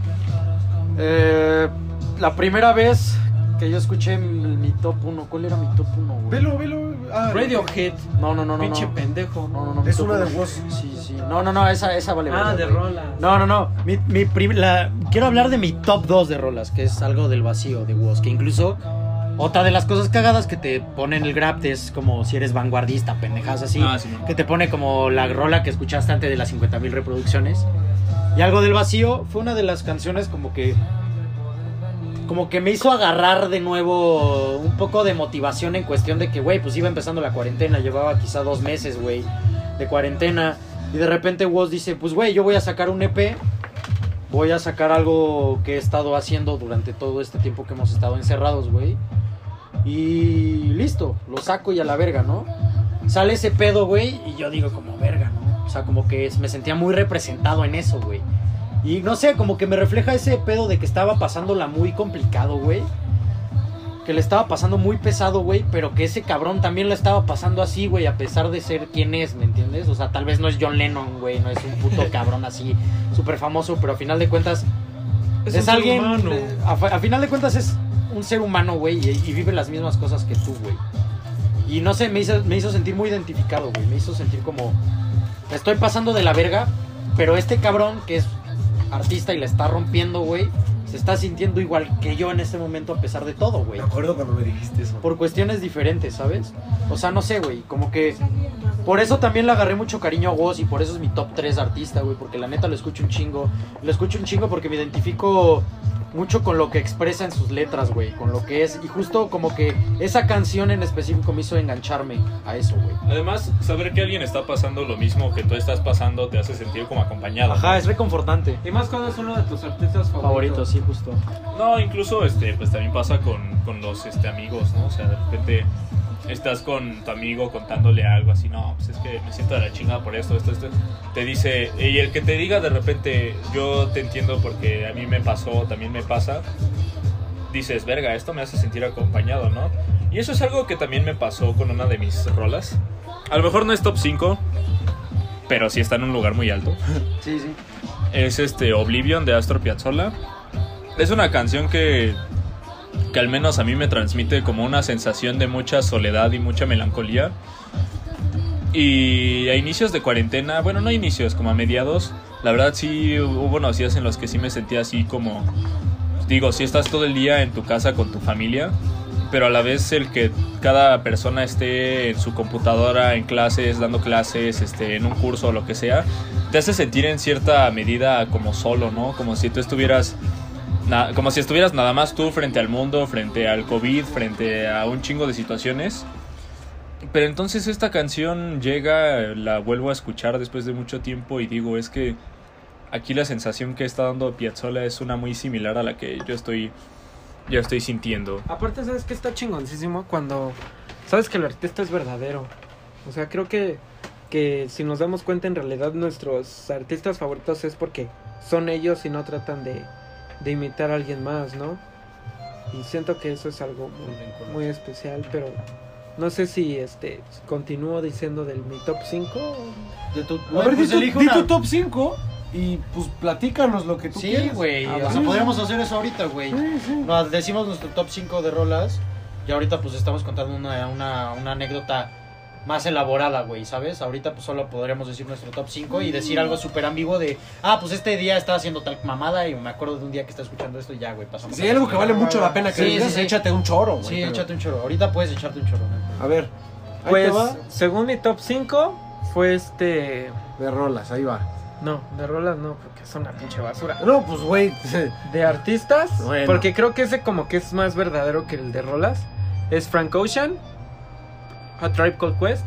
La primera vez que yo escuché mi top 1, ¿cuál era mi top 1, güey? Velo. Ah, Radiohead. No. Pinche pendejo. No, Es mi top una de uno. Woz. Sí. No, esa vale. Ah, verga, de güey. rolas. No. Quiero hablar de mi top 2 de rolas, que es Algo del Vacío de Woz, que incluso otra de las cosas cagadas que te pone en el Grab es como si eres vanguardista, pendejas así, Sí, no. que te pone como la rola que escuchaste antes de las 50,000 reproducciones. Y Algo del Vacío fue una de las canciones como que me hizo agarrar de nuevo un poco de motivación en cuestión de que, güey, pues iba empezando la cuarentena, llevaba quizá 2 meses, güey, de cuarentena, y de repente Woz dice, pues, güey, yo voy a sacar un EP, voy a sacar algo que he estado haciendo durante todo este tiempo que hemos estado encerrados, güey, y listo, lo saco y a la verga, ¿no? Sale ese pedo, güey, y yo digo como verga, ¿no? O sea, como que me sentía muy representado en eso, güey. Y no sé, como que me refleja ese pedo de que estaba pasándola muy complicado, güey. Que le estaba pasando muy pesado, güey. Pero que ese cabrón también la estaba pasando así, güey. A pesar de ser quien es, ¿me entiendes? O sea, tal vez no es John Lennon, güey. No es un puto cabrón así, súper famoso. Pero a final de cuentas es un alguien... ser humano. A final de cuentas es un ser humano, güey. Y vive las mismas cosas que tú, güey. Y no sé, me hizo sentir muy identificado, güey. Me hizo sentir como... Estoy pasando de la verga. Pero este cabrón que es artista y la está rompiendo, güey, se está sintiendo igual que yo en este momento a pesar de todo, güey. Me acuerdo cuando me dijiste eso. Por cuestiones diferentes, ¿sabes? O sea, no sé, güey, como que... Por eso también le agarré mucho cariño a Woz y por eso es mi top 3 artista, güey, porque la neta lo escucho un chingo. Lo escucho un chingo porque me identifico mucho con lo que expresa en sus letras, güey, con lo que es. Y justo como que esa canción en específico me hizo engancharme a eso, güey. Además, saber que alguien está pasando lo mismo que tú estás pasando te hace sentir como acompañado. Ajá, es reconfortante. Y más cuando es uno de tus artistas Favorito, sí, justo. No, incluso pues también pasa con los amigos, ¿no? O sea, de repente estás con tu amigo contándole algo así, no, pues es que me siento de la chingada por esto. Te dice, y el que te diga de repente, yo te entiendo porque a mí me pasó, también me pasa, dices, verga, esto me hace sentir acompañado, ¿no? Y eso es algo que también me pasó con una de mis rolas. A lo mejor no es top 5, pero sí está en un lugar muy alto. Sí. Es Oblivion de Astor Piazzolla. Es una canción que al menos a mí me transmite como una sensación de mucha soledad y mucha melancolía. Y a inicios de cuarentena, bueno, no a inicios, como a mediados, la verdad sí hubo unos días en los que sí me sentía así como, digo, si estás todo el día en tu casa con tu familia, pero a la vez el que cada persona esté en su computadora, en clases, dando clases, en un curso o lo que sea, te hace sentir en cierta medida como solo, ¿no? Como si tú estuvieras... como si estuvieras nada más tú frente al mundo, frente al COVID, frente a un chingo de situaciones. Pero entonces esta canción llega, la vuelvo a escuchar después de mucho tiempo y digo, es que aquí la sensación que está dando Piazzolla es una muy similar a la que yo estoy sintiendo. Aparte, ¿sabes qué está chingoncísimo? Cuando sabes que el artista es verdadero. O sea, creo que que si nos damos cuenta en realidad nuestros artistas favoritos es porque son ellos y no tratan de imitar a alguien más, ¿no? Y siento que eso es algo muy especial, pero no sé si continúo diciendo del mi top 5. A ver, pues di tu top 5 y pues platícanos lo que tú quieras. Sí, güey. Ah, O va. sea, podríamos hacer eso ahorita, güey. Nos decimos nuestro top 5 de rolas. Y ahorita pues estamos contando una anécdota más elaborada, güey, ¿sabes? Ahorita pues solo podríamos decir nuestro top 5 y decir algo súper ambiguo de, pues este día estaba haciendo tal mamada y me acuerdo de un día que estaba escuchando esto y ya, güey, pasamos. Si hay algo que vale mucho la pena que Sí, digas, sí. échate un choro, güey. Sí, pero- échate un choro. Ahorita puedes echarte un choro, ¿no? A ver, ahí Pues, te va. según mi top 5, fue De rolas, ahí va. No, de rolas no, porque es una pinche basura. No, pues, güey. De artistas, Bueno. porque creo que ese como que es más verdadero que el de rolas. Es Frank Ocean, A Tribe Called Quest,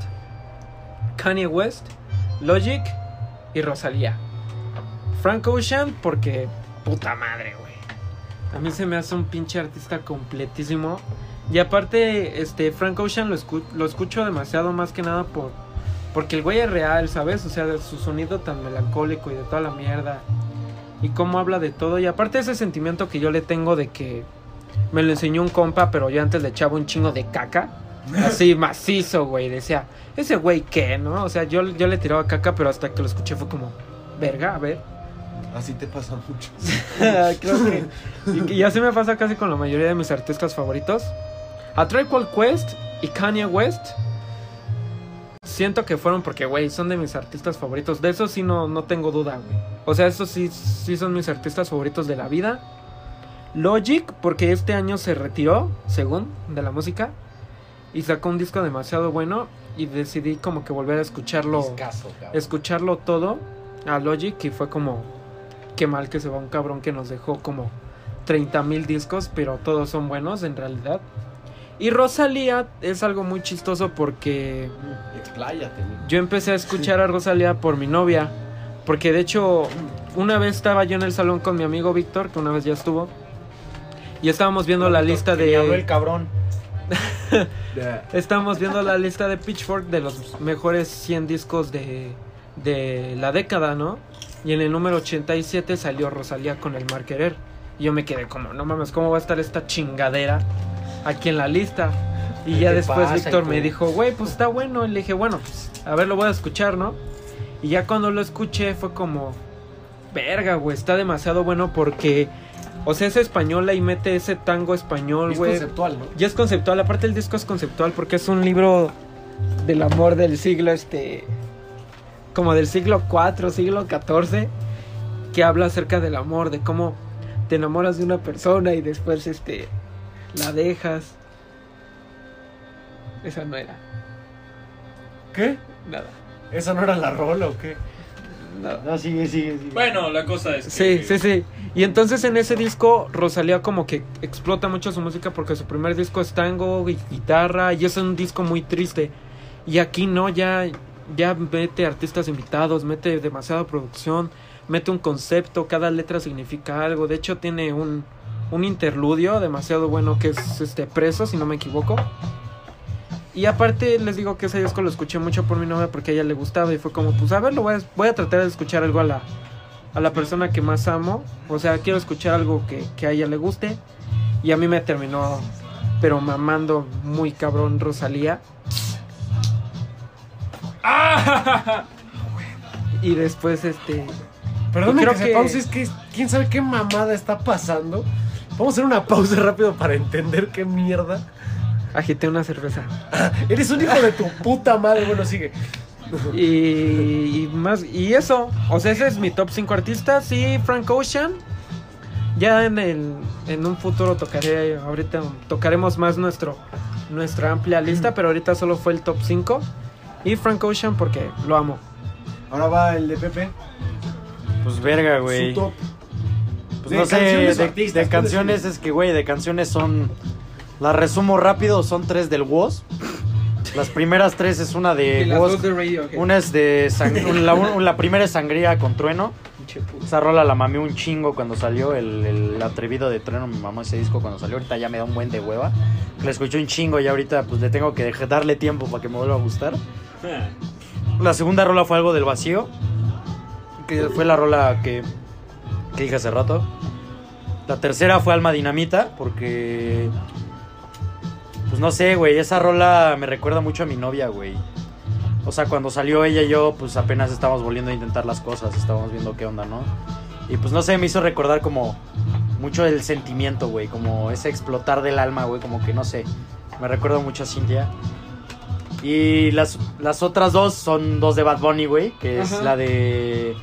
Kanye West, Logic y Rosalía. Frank Ocean porque puta madre, güey. A mí se me hace un pinche artista completísimo. Y aparte, Frank Ocean lo escucho demasiado más que nada porque el güey es real, ¿sabes? O sea, de su sonido tan melancólico y de toda la mierda. Y cómo habla de todo. Y aparte ese sentimiento que yo le tengo de que me lo enseñó un compa, pero yo antes le echaba un chingo de caca. Así macizo, güey. Decía, ese güey qué, ¿no? O sea, yo le tiraba caca, pero hasta que lo escuché fue como, verga, a ver. Así te pasa mucho. Creo que. Y así me pasa casi con la mayoría de mis artistas favoritos. A Tribe Called Quest y Kanye West. Siento que fueron porque, güey, son de mis artistas favoritos. De eso sí no tengo duda, güey. O sea, esos sí son mis artistas favoritos de la vida. Logic, porque este año se retiró, según, de la música. Y sacó un disco demasiado bueno. Y decidí como que volver a escucharlo. Discazo, cabrón. Escucharlo todo a Logic. Y fue como, qué mal que se va un cabrón que nos dejó como 30,000 discos. Pero todos son buenos en realidad. Y Rosalía es algo muy chistoso porque Expláyate, güey. yo empecé a escuchar a Rosalía por mi novia. Porque de hecho, una vez estaba yo en el salón con mi amigo Víctor, que una vez ya estuvo. Y estábamos viendo la lista Que me habló el de... cabrón. Estábamos viendo la lista de Pitchfork de los mejores 100 discos de la década, ¿no? Y en el número 87 salió Rosalía con El Mal Querer. Y yo me quedé como, no mames, ¿cómo va a estar esta chingadera aquí en la lista? Y ¿Qué ya te después pasa, Víctor hijo? me dijo, güey, pues está bueno. Y le dije, bueno, pues a ver, lo voy a escuchar, ¿no? Y ya cuando lo escuché fue como, verga, güey, está demasiado bueno porque, o sea, es española y mete ese tango español, Es güey. conceptual, ¿no? Y es conceptual, aparte el disco es conceptual porque es un libro del amor del siglo, como del siglo IV, siglo XIV, que habla acerca del amor, de cómo te enamoras de una persona y después, la dejas. Esa no era, ¿Qué? nada, ¿Esa no era la rola o qué? nada. No, sigue. Bueno, la cosa es Sí, que... sí. Y entonces en ese disco Rosalía como que explota mucho su música porque su primer disco es tango y guitarra y es un disco muy triste. Y aquí no, ya mete artistas invitados, mete demasiada producción, mete un concepto, cada letra significa algo. De hecho tiene un interludio demasiado bueno que es Preso, si no me equivoco. Y aparte les digo que ese disco lo escuché mucho por mi novia porque a ella le gustaba y fue como, pues a ver, voy a tratar de escuchar algo a la persona que más amo. O sea, quiero escuchar algo que a ella le guste. Y a mí me terminó, pero mamando muy cabrón Rosalía. Y después Perdón creo que se que- pause, es que quién sabe qué mamada está pasando. Vamos a hacer una pausa rápido para entender qué mierda. agité una cerveza. Eres un hijo de tu puta madre. Bueno, sigue. Y eso, o sea, ese es mi top 5 artistas. Y Frank Ocean. Ya en un futuro tocaremos más nuestra amplia lista, pero ahorita solo fue el top 5. Y Frank Ocean porque lo amo. Ahora va el de Pepe. Pues verga, Su güey. top. Pues De no sé, canciones o de artistas, de canciones es que, güey, de canciones son... Las resumo rápido, son 3 del Woz. Las primeras 3 es una de Woz. Una es de... la primera es Sangría con Trueno. Esa rola la mamé un chingo cuando salió. El atrevido de Trueno me mamó ese disco cuando salió. Ahorita ya me da un buen de hueva. La escuché un chingo y ahorita pues le tengo que darle tiempo para que me vuelva a gustar. La segunda rola fue Algo del Vacío, que fue la rola que dije hace rato. La tercera fue Alma Dinamita, porque... Pues no sé, güey, esa rola me recuerda mucho a mi novia, güey. O sea, cuando salió ella y yo, pues apenas estábamos volviendo a intentar las cosas, estábamos viendo qué onda, ¿no? Y pues no sé, me hizo recordar como mucho el sentimiento, güey, como ese explotar del alma, güey, como que no sé, me recuerda mucho a Cintia. Y las otras dos son dos de Bad Bunny, güey, que es la de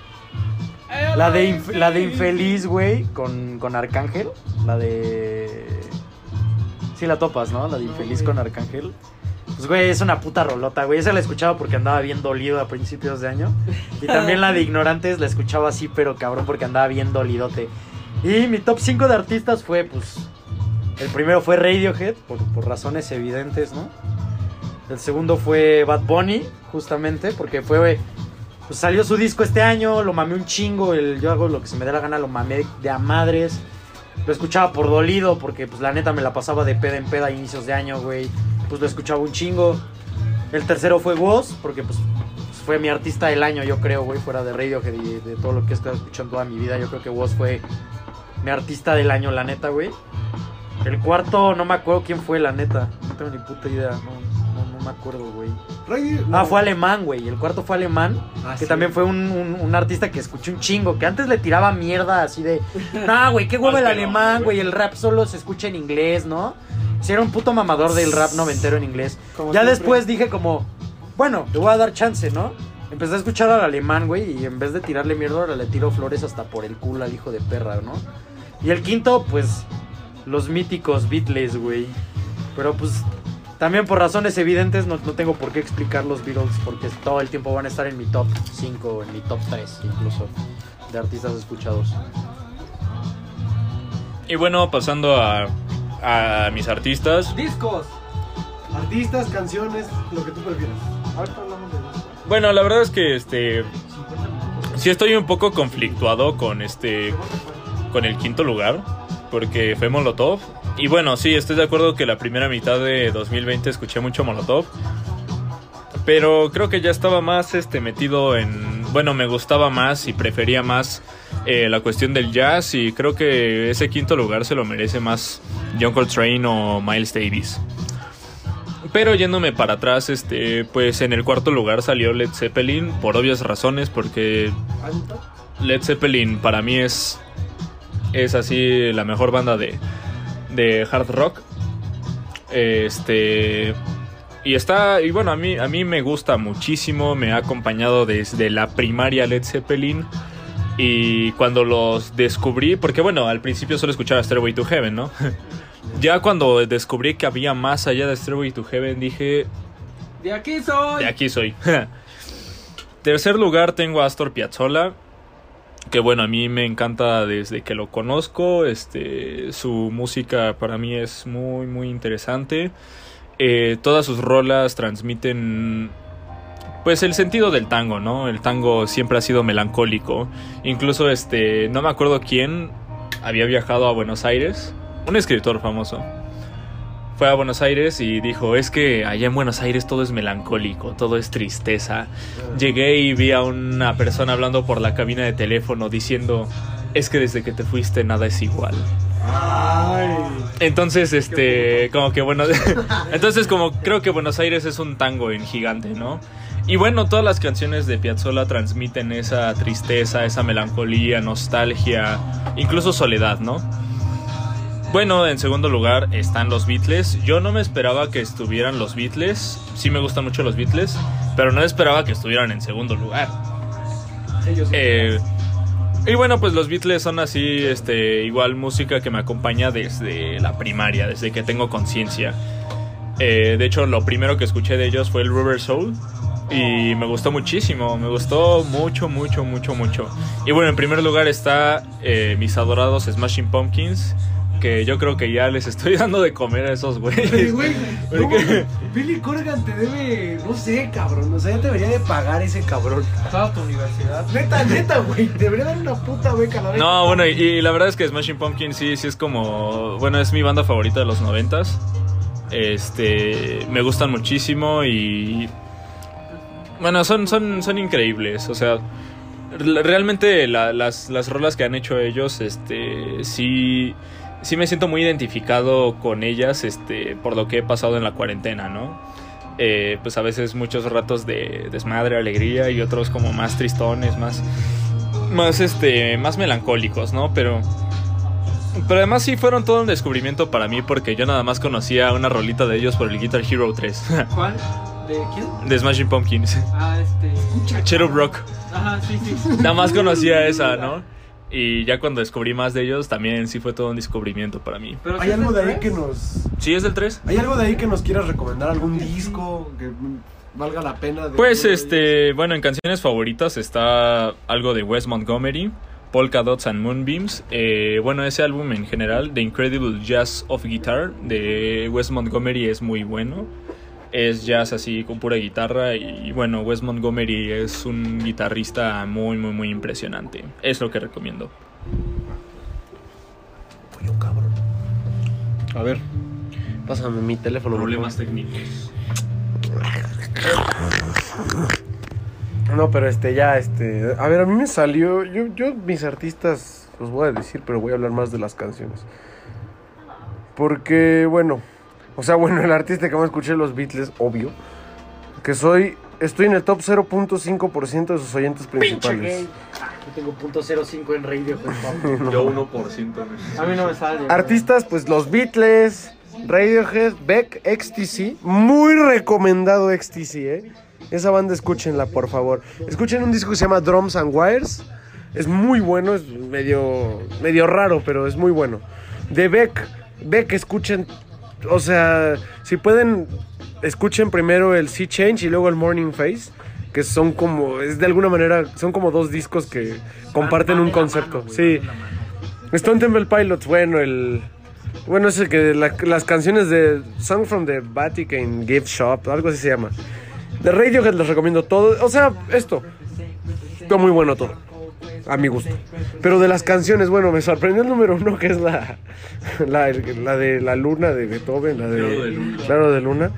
Infeliz, güey, con Arcángel, la de... Sí la topas, ¿no? La de Infeliz con Arcángel. Pues, güey, es una puta rolota, güey. Esa la escuchaba porque andaba bien dolido a principios de año. Y también la de Ignorantes la escuchaba así, pero cabrón, porque andaba bien dolidote. Y mi top 5 de artistas fue, pues... El primero fue Radiohead, por razones evidentes, ¿no? El segundo fue Bad Bunny, justamente, porque fue... Pues salió su disco este año, lo mamé un chingo. Yo hago lo que se me dé la gana, lo mamé de a madres. Lo escuchaba por dolido, porque pues la neta me la pasaba de peda en peda a inicios de año, güey. Pues lo escuchaba un chingo. El tercero fue Woz, porque pues fue mi artista del año, yo creo, güey, fuera de Radiohead y de todo lo que he estado escuchando toda mi vida. Yo creo que Woz fue mi artista del año, la neta, güey. El cuarto, no me acuerdo quién fue, la neta. No tengo ni puta idea, no me acuerdo, güey. Fue Alemán, güey. El cuarto fue Alemán, que también fue un artista que escuché un chingo, que antes le tiraba mierda así de... No, güey, qué huevo el alemán, güey. El rap solo se escucha en inglés, ¿no? Si era un puto mamador del rap noventero en inglés. Ya después dije como, bueno, le voy a dar chance, ¿no? Empecé a escuchar al alemán, güey, y en vez de tirarle mierda, ahora le tiro flores hasta por el culo al hijo de perra, ¿no? Y el quinto, pues, los míticos Beatles, güey. Pero pues, también por razones evidentes no tengo por qué explicar los Beatles, porque todo el tiempo van a estar en mi top 5, en mi top 3 incluso, de artistas escuchados. Y bueno, pasando a mis artistas. Discos. Artistas, canciones, lo que tú prefieras. Ahorita hablamos de discos. Bueno, la verdad es que sí estoy un poco conflictuado con el quinto lugar, porque fue Molotov. Y bueno, sí, estoy de acuerdo que la primera mitad de 2020 escuché mucho Molotov, pero creo que ya estaba más metido en... Bueno, me gustaba más y prefería más la cuestión del jazz, y creo que ese quinto lugar se lo merece más John Coltrane o Miles Davis. Pero yéndome para atrás, pues en el cuarto lugar salió Led Zeppelin, por obvias razones, porque Led Zeppelin para mí es así la mejor banda de hard rock. Y bueno, a mí me gusta muchísimo, me ha acompañado desde la primaria Led Zeppelin. Y cuando los descubrí, porque bueno, al principio solo escuchaba Stairway to Heaven, ¿no? Ya cuando descubrí que había más allá de Stairway to Heaven, dije... ¡De aquí soy! De aquí soy. Tercer lugar tengo a Astor Piazzolla, que bueno, a mí me encanta desde que lo conozco. Su música para mí es muy, muy interesante. Todas sus rolas transmiten... pues el sentido del tango, ¿no? El tango siempre ha sido melancólico. Incluso no me acuerdo quién había viajado a Buenos Aires. Un escritor famoso. Fue a Buenos Aires y dijo, es que allá en Buenos Aires todo es melancólico, todo es tristeza. Llegué y vi a una persona hablando por la cabina de teléfono diciendo, es que desde que te fuiste nada es igual. Ay. Entonces, como que bueno, entonces como creo que Buenos Aires es un tango en gigante, ¿no? Y bueno, todas las canciones de Piazzolla transmiten esa tristeza, esa melancolía, nostalgia, incluso soledad, ¿no? Bueno, en segundo lugar están los Beatles. Yo no me esperaba que estuvieran los Beatles. Sí me gustan mucho los Beatles, pero no esperaba que estuvieran en segundo lugar. Y bueno, pues los Beatles son así, igual música que me acompaña desde la primaria, desde que tengo conciencia. De hecho, lo primero que escuché de ellos fue el Rubber Soul. Y me gustó muchísimo, me gustó mucho, mucho, mucho, mucho. Y bueno, en primer lugar está mis adorados Smashing Pumpkins, que yo creo que ya les estoy dando de comer a esos güeyes. Güey, Porque... Billy Corgan te debe, no sé, cabrón, o sea, ya debería de pagar ese cabrón. Toda tu universidad. Neta, güey, debería dar una puta beca. La No, bueno, y la verdad es que Smashing Pumpkins sí es como... Bueno, es mi banda favorita de los 90s. Me gustan muchísimo y... Bueno, son increíbles, o sea, realmente las rolas que han hecho ellos, sí me siento muy identificado con ellas, por lo que he pasado en la cuarentena, ¿no? Pues a veces muchos ratos de desmadre, alegría y otros como más tristones, más melancólicos, ¿no? Pero además sí fueron todo un descubrimiento para mí porque yo nada más conocía una rolita de ellos por el Guitar Hero 3. ¿Cuál? ¿De quién? De Smashing Pumpkins. Cherub Rock. Ajá, sí. Nada más conocía esa, ¿no? Y ya cuando descubrí más de ellos, también sí fue todo un descubrimiento para mí. Pero ¿Hay algo de ahí que nos... ¿Sí es del 3? ¿Hay algo de ahí que nos quieras recomendar? ¿Algún disco que valga la pena? Pues, bueno, en canciones favoritas está algo de Wes Montgomery, Polka Dots and Moonbeams. Bueno, ese álbum en general, The Incredible Jazz of Guitar, de Wes Montgomery, es muy bueno. Es jazz así con pura guitarra y bueno, Wes Montgomery es un guitarrista muy, muy, muy impresionante. Es lo que recomiendo. Pollo cabrón. A ver, pásame mi teléfono. Problemas técnicos. No, pero a ver, a mí me salió, yo mis artistas los voy a decir, pero voy a hablar más de las canciones. Porque, bueno, el artista que más escuché, los Beatles, obvio, que estoy en el top 0.5% de sus oyentes principales. Yo tengo .05 en radio, pues, Yo 1%. A mí no me sale. Artistas, pues los Beatles, Radiohead, Beck, XTC, muy recomendado XTC, Esa banda escúchenla, por favor. Escuchen un disco que se llama Drums and Wires. Es muy bueno, es medio raro, pero es muy bueno. De Beck, escuchen, o sea, si pueden, escuchen primero el Sea Change y luego el Morning Face, que son como, es de alguna manera, son como dos discos que comparten un concepto. Sí. Stone Temple Pilots, bueno, es el que las canciones de Song from the Vatican Gift Shop, algo así se llama. De Radiohead les recomiendo todo, o sea, está muy bueno todo, a mi gusto. Pero de las canciones, bueno, me sorprendió el número 1, que es la de la luna de Beethoven, Claro de Luna.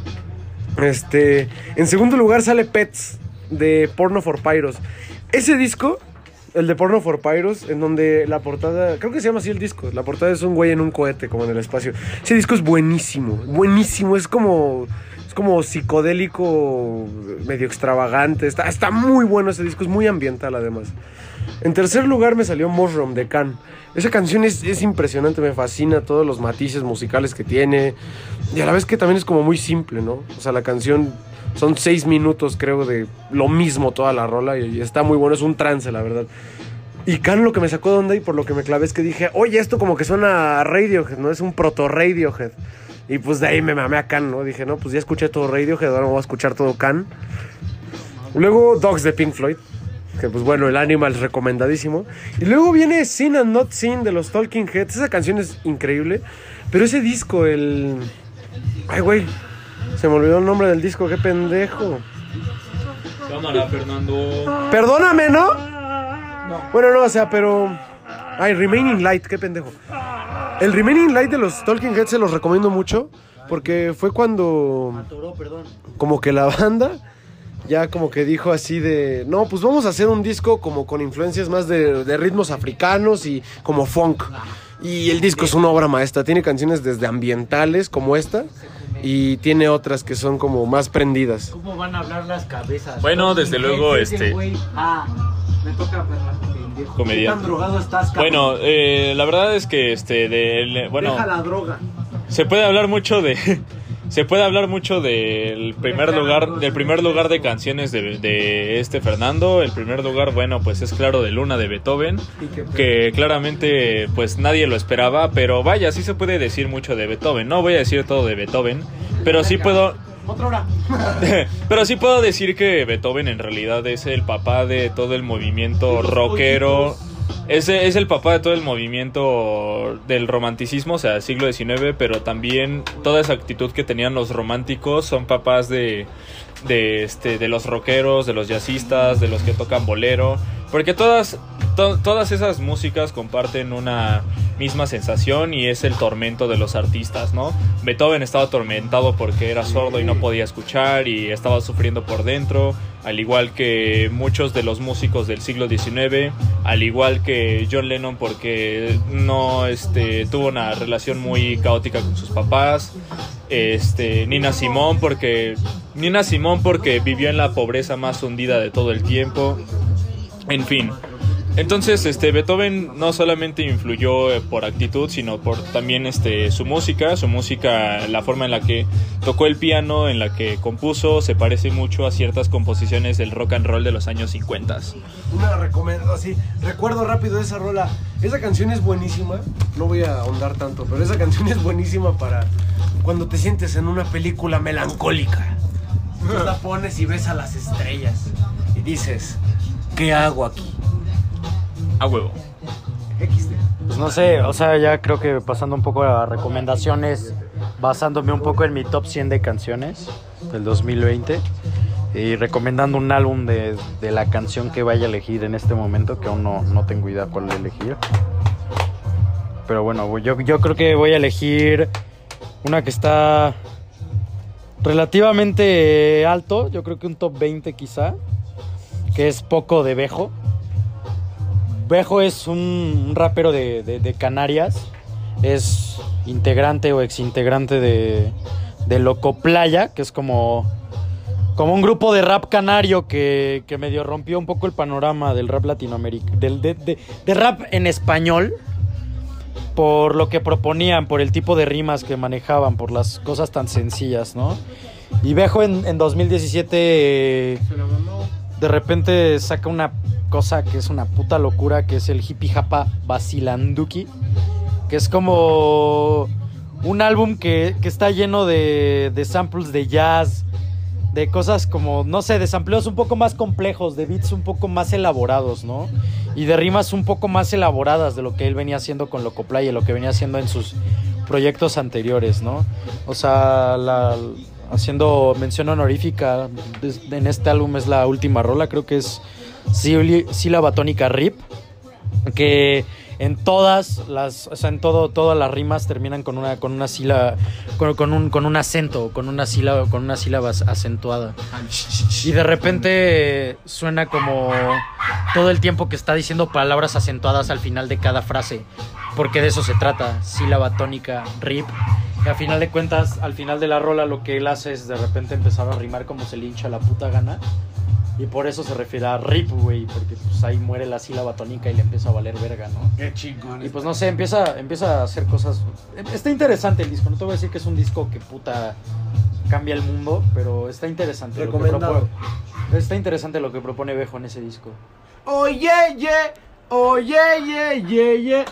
En segundo lugar sale Pets, de Porno for Pyros. Ese disco, el de Porno for Pyros, en donde la portada, creo que se llama así el disco, la portada es un güey en un cohete, como en el espacio. Ese disco es buenísimo, es como psicodélico, medio extravagante. Está muy bueno ese disco, es muy ambiental además. En tercer lugar me salió Mushroom de Can. Esa canción es impresionante, me fascina todos los matices musicales que tiene. Y a la vez que también es como muy simple, ¿no? O sea, la canción son 6 minutos, creo, de lo mismo toda la rola. Y está muy bueno, es un trance, la verdad. Y Can, lo que me sacó de onda y por lo que me clavé es que dije, oye, esto como que suena a Radiohead, ¿no? Es un proto-Radiohead. Y pues de ahí me mamé a Can, ¿no? Dije, no, pues ya escuché todo Radiohead, ahora me voy a escuchar todo Can. Luego Dogs de Pink Floyd, que pues bueno, el Animal es recomendadísimo. Y luego viene Seen and Not Seen de los Talking Heads. Esa canción es increíble. Pero ese disco, ay, güey, se me olvidó el nombre del disco, qué pendejo. Cámara, Fernando. Perdóname, ¿no? Bueno, no, o sea, pero... Ay, Remaining Light, qué pendejo. El Remaining Light de los Talking Heads se los recomiendo mucho, porque fue cuando... como que la banda ya como que dijo así de... No, pues vamos a hacer un disco como con influencias más de ritmos africanos y como funk. Y el disco es una obra maestra, tiene canciones desde ambientales como esta y tiene otras que son como más prendidas. ¿Cómo van a hablar las cabezas? Bueno, desde luego, me toca comediante. ¿Qué tan drogado estás, cabrón? Bueno, la verdad es que Deja la droga. Se puede hablar mucho del primer lugar de canciones de Fernando. El primer lugar, bueno, pues es Claro de Luna de Beethoven, que claramente pues nadie lo esperaba, pero vaya, sí se puede decir mucho de Beethoven. No voy a decir todo de Beethoven, pero sí puedo... Otra hora. Pero sí puedo decir que Beethoven en realidad es el papá de todo el movimiento rockero. Es el papá de todo el movimiento del romanticismo, o sea, siglo XIX, pero también toda esa actitud que tenían los románticos son papás de los rockeros, de los jazzistas, de los que tocan bolero, porque todas todas esas músicas comparten una misma sensación y es el tormento de los artistas, ¿no? Beethoven estaba atormentado porque era sordo y no podía escuchar y estaba sufriendo por dentro, al igual que muchos de los músicos del siglo XIX, al igual que John Lennon porque no tuvo una relación muy caótica con sus papás, Nina Simone porque vivió en la pobreza más hundida de todo el tiempo, en fin. Entonces, Beethoven no solamente influyó por actitud, sino por también su música, la forma en la que tocó el piano, en la que compuso, se parece mucho a ciertas composiciones del rock and roll de los años 50. Una recomendación, recuerdo rápido esa rola. Esa canción es buenísima, no voy a ahondar tanto, pero esa canción es buenísima para cuando te sientes en una película melancólica. Tú la pones y ves a las estrellas y dices, ¿qué hago aquí? A huevo. Pues no sé, o sea, ya creo que pasando un poco a recomendaciones, basándome un poco en mi top 100 de canciones del 2020 y recomendando un álbum de la canción que vaya a elegir en este momento, que aún no tengo idea cuál elegir. Pero bueno, yo creo que voy a elegir una que está relativamente alto, yo creo que un top 20 quizá, que es Poco de Bejo. Bejo es un rapero de Canarias, es integrante o exintegrante de Loco Playa, que es como un grupo de rap canario que medio rompió un poco el panorama del rap latinoamericano, de rap en español, por lo que proponían, por el tipo de rimas que manejaban, por las cosas tan sencillas, ¿no? Y Bejo en 2017 de repente saca una cosa que es una puta locura, que es el Hippie Japa Basilanduki, que es como un álbum que está lleno de samples de jazz, de cosas como, no sé, de sampleos un poco más complejos, de beats un poco más elaborados, ¿no? Y de rimas un poco más elaboradas de lo que él venía haciendo con Loco Playa, lo que venía haciendo en sus proyectos anteriores, ¿no? O sea, haciendo mención honorífica en este álbum es la última rola, creo que es Sílaba tónica rip, que en todas las, o sea, en todas las rimas terminan con una sílaba, con un acento, con una sílaba acentuada. Y de repente suena como todo el tiempo que está diciendo palabras acentuadas al final de cada frase, porque de eso se trata, sílaba tónica rip. Y a final de cuentas, al final de la rola lo que él hace es de repente empezar a rimar como se le hincha la puta gana. Y por eso se refiere a rip, güey, porque pues ahí muere la sílaba tónica y le empieza a valer verga, ¿no? Qué chingón. Y pues no sé, empieza a hacer cosas. Está interesante el disco, no te voy a decir que es un disco que puta cambia el mundo, pero está interesante. Recomendado. Está interesante lo que propone Bejo en ese disco. Oye, oye, oye.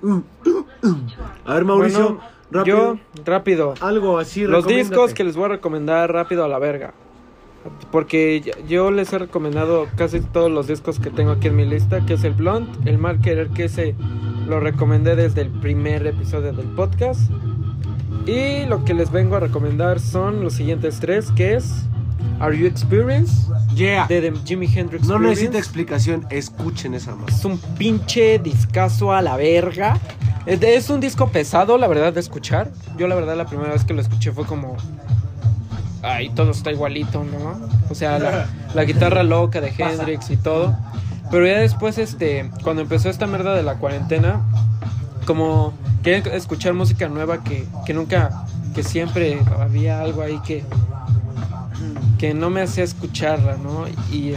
A ver, Mauricio, Bueno, rápido. yo, rápido. Algo así, Los recomiéndate. discos que les voy a recomendar rápido a la verga. Porque yo les he recomendado casi todos los discos que tengo aquí en mi lista, que es el Blunt, el Mal Querer, que ese lo recomendé desde el primer episodio del podcast. Y lo que les vengo a recomendar son los siguientes tres, que es Are You Experienced? Yeah. De The Jimi Hendrix No Experience. necesita explicación, escuchen esa más. Es un pinche discazo a la verga. Es un disco pesado, la verdad, de escuchar. Yo la verdad la primera vez que lo escuché fue como... Ay, todo está igualito, ¿no? O sea, la guitarra loca de Hendrix y todo. Pero ya después, cuando empezó esta mierda de la cuarentena, como quería escuchar música nueva que nunca, que siempre había algo ahí que no me hacía escucharla, ¿no? Y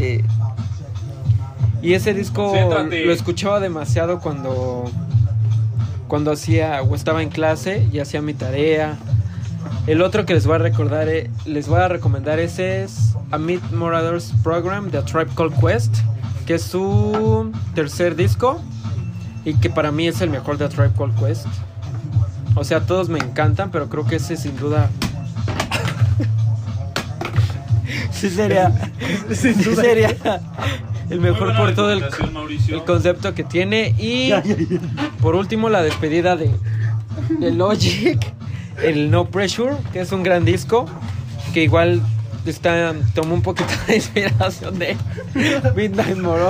ese disco Siéntate. lo escuchaba demasiado cuando hacía o estaba en clase y hacía mi tarea. El otro que les voy a recomendar ese es A Meet Marauders Program de A Tribe Called Quest, que es su tercer disco y que para mí es el mejor de A Tribe Called Quest. O sea, todos me encantan, pero creo que ese sin duda sí sería el mejor por todo el concepto que tiene. Y por último, la despedida de Logic, el No Pressure, que es un gran disco que igual tomó un poquito de inspiración de Midnight Moron.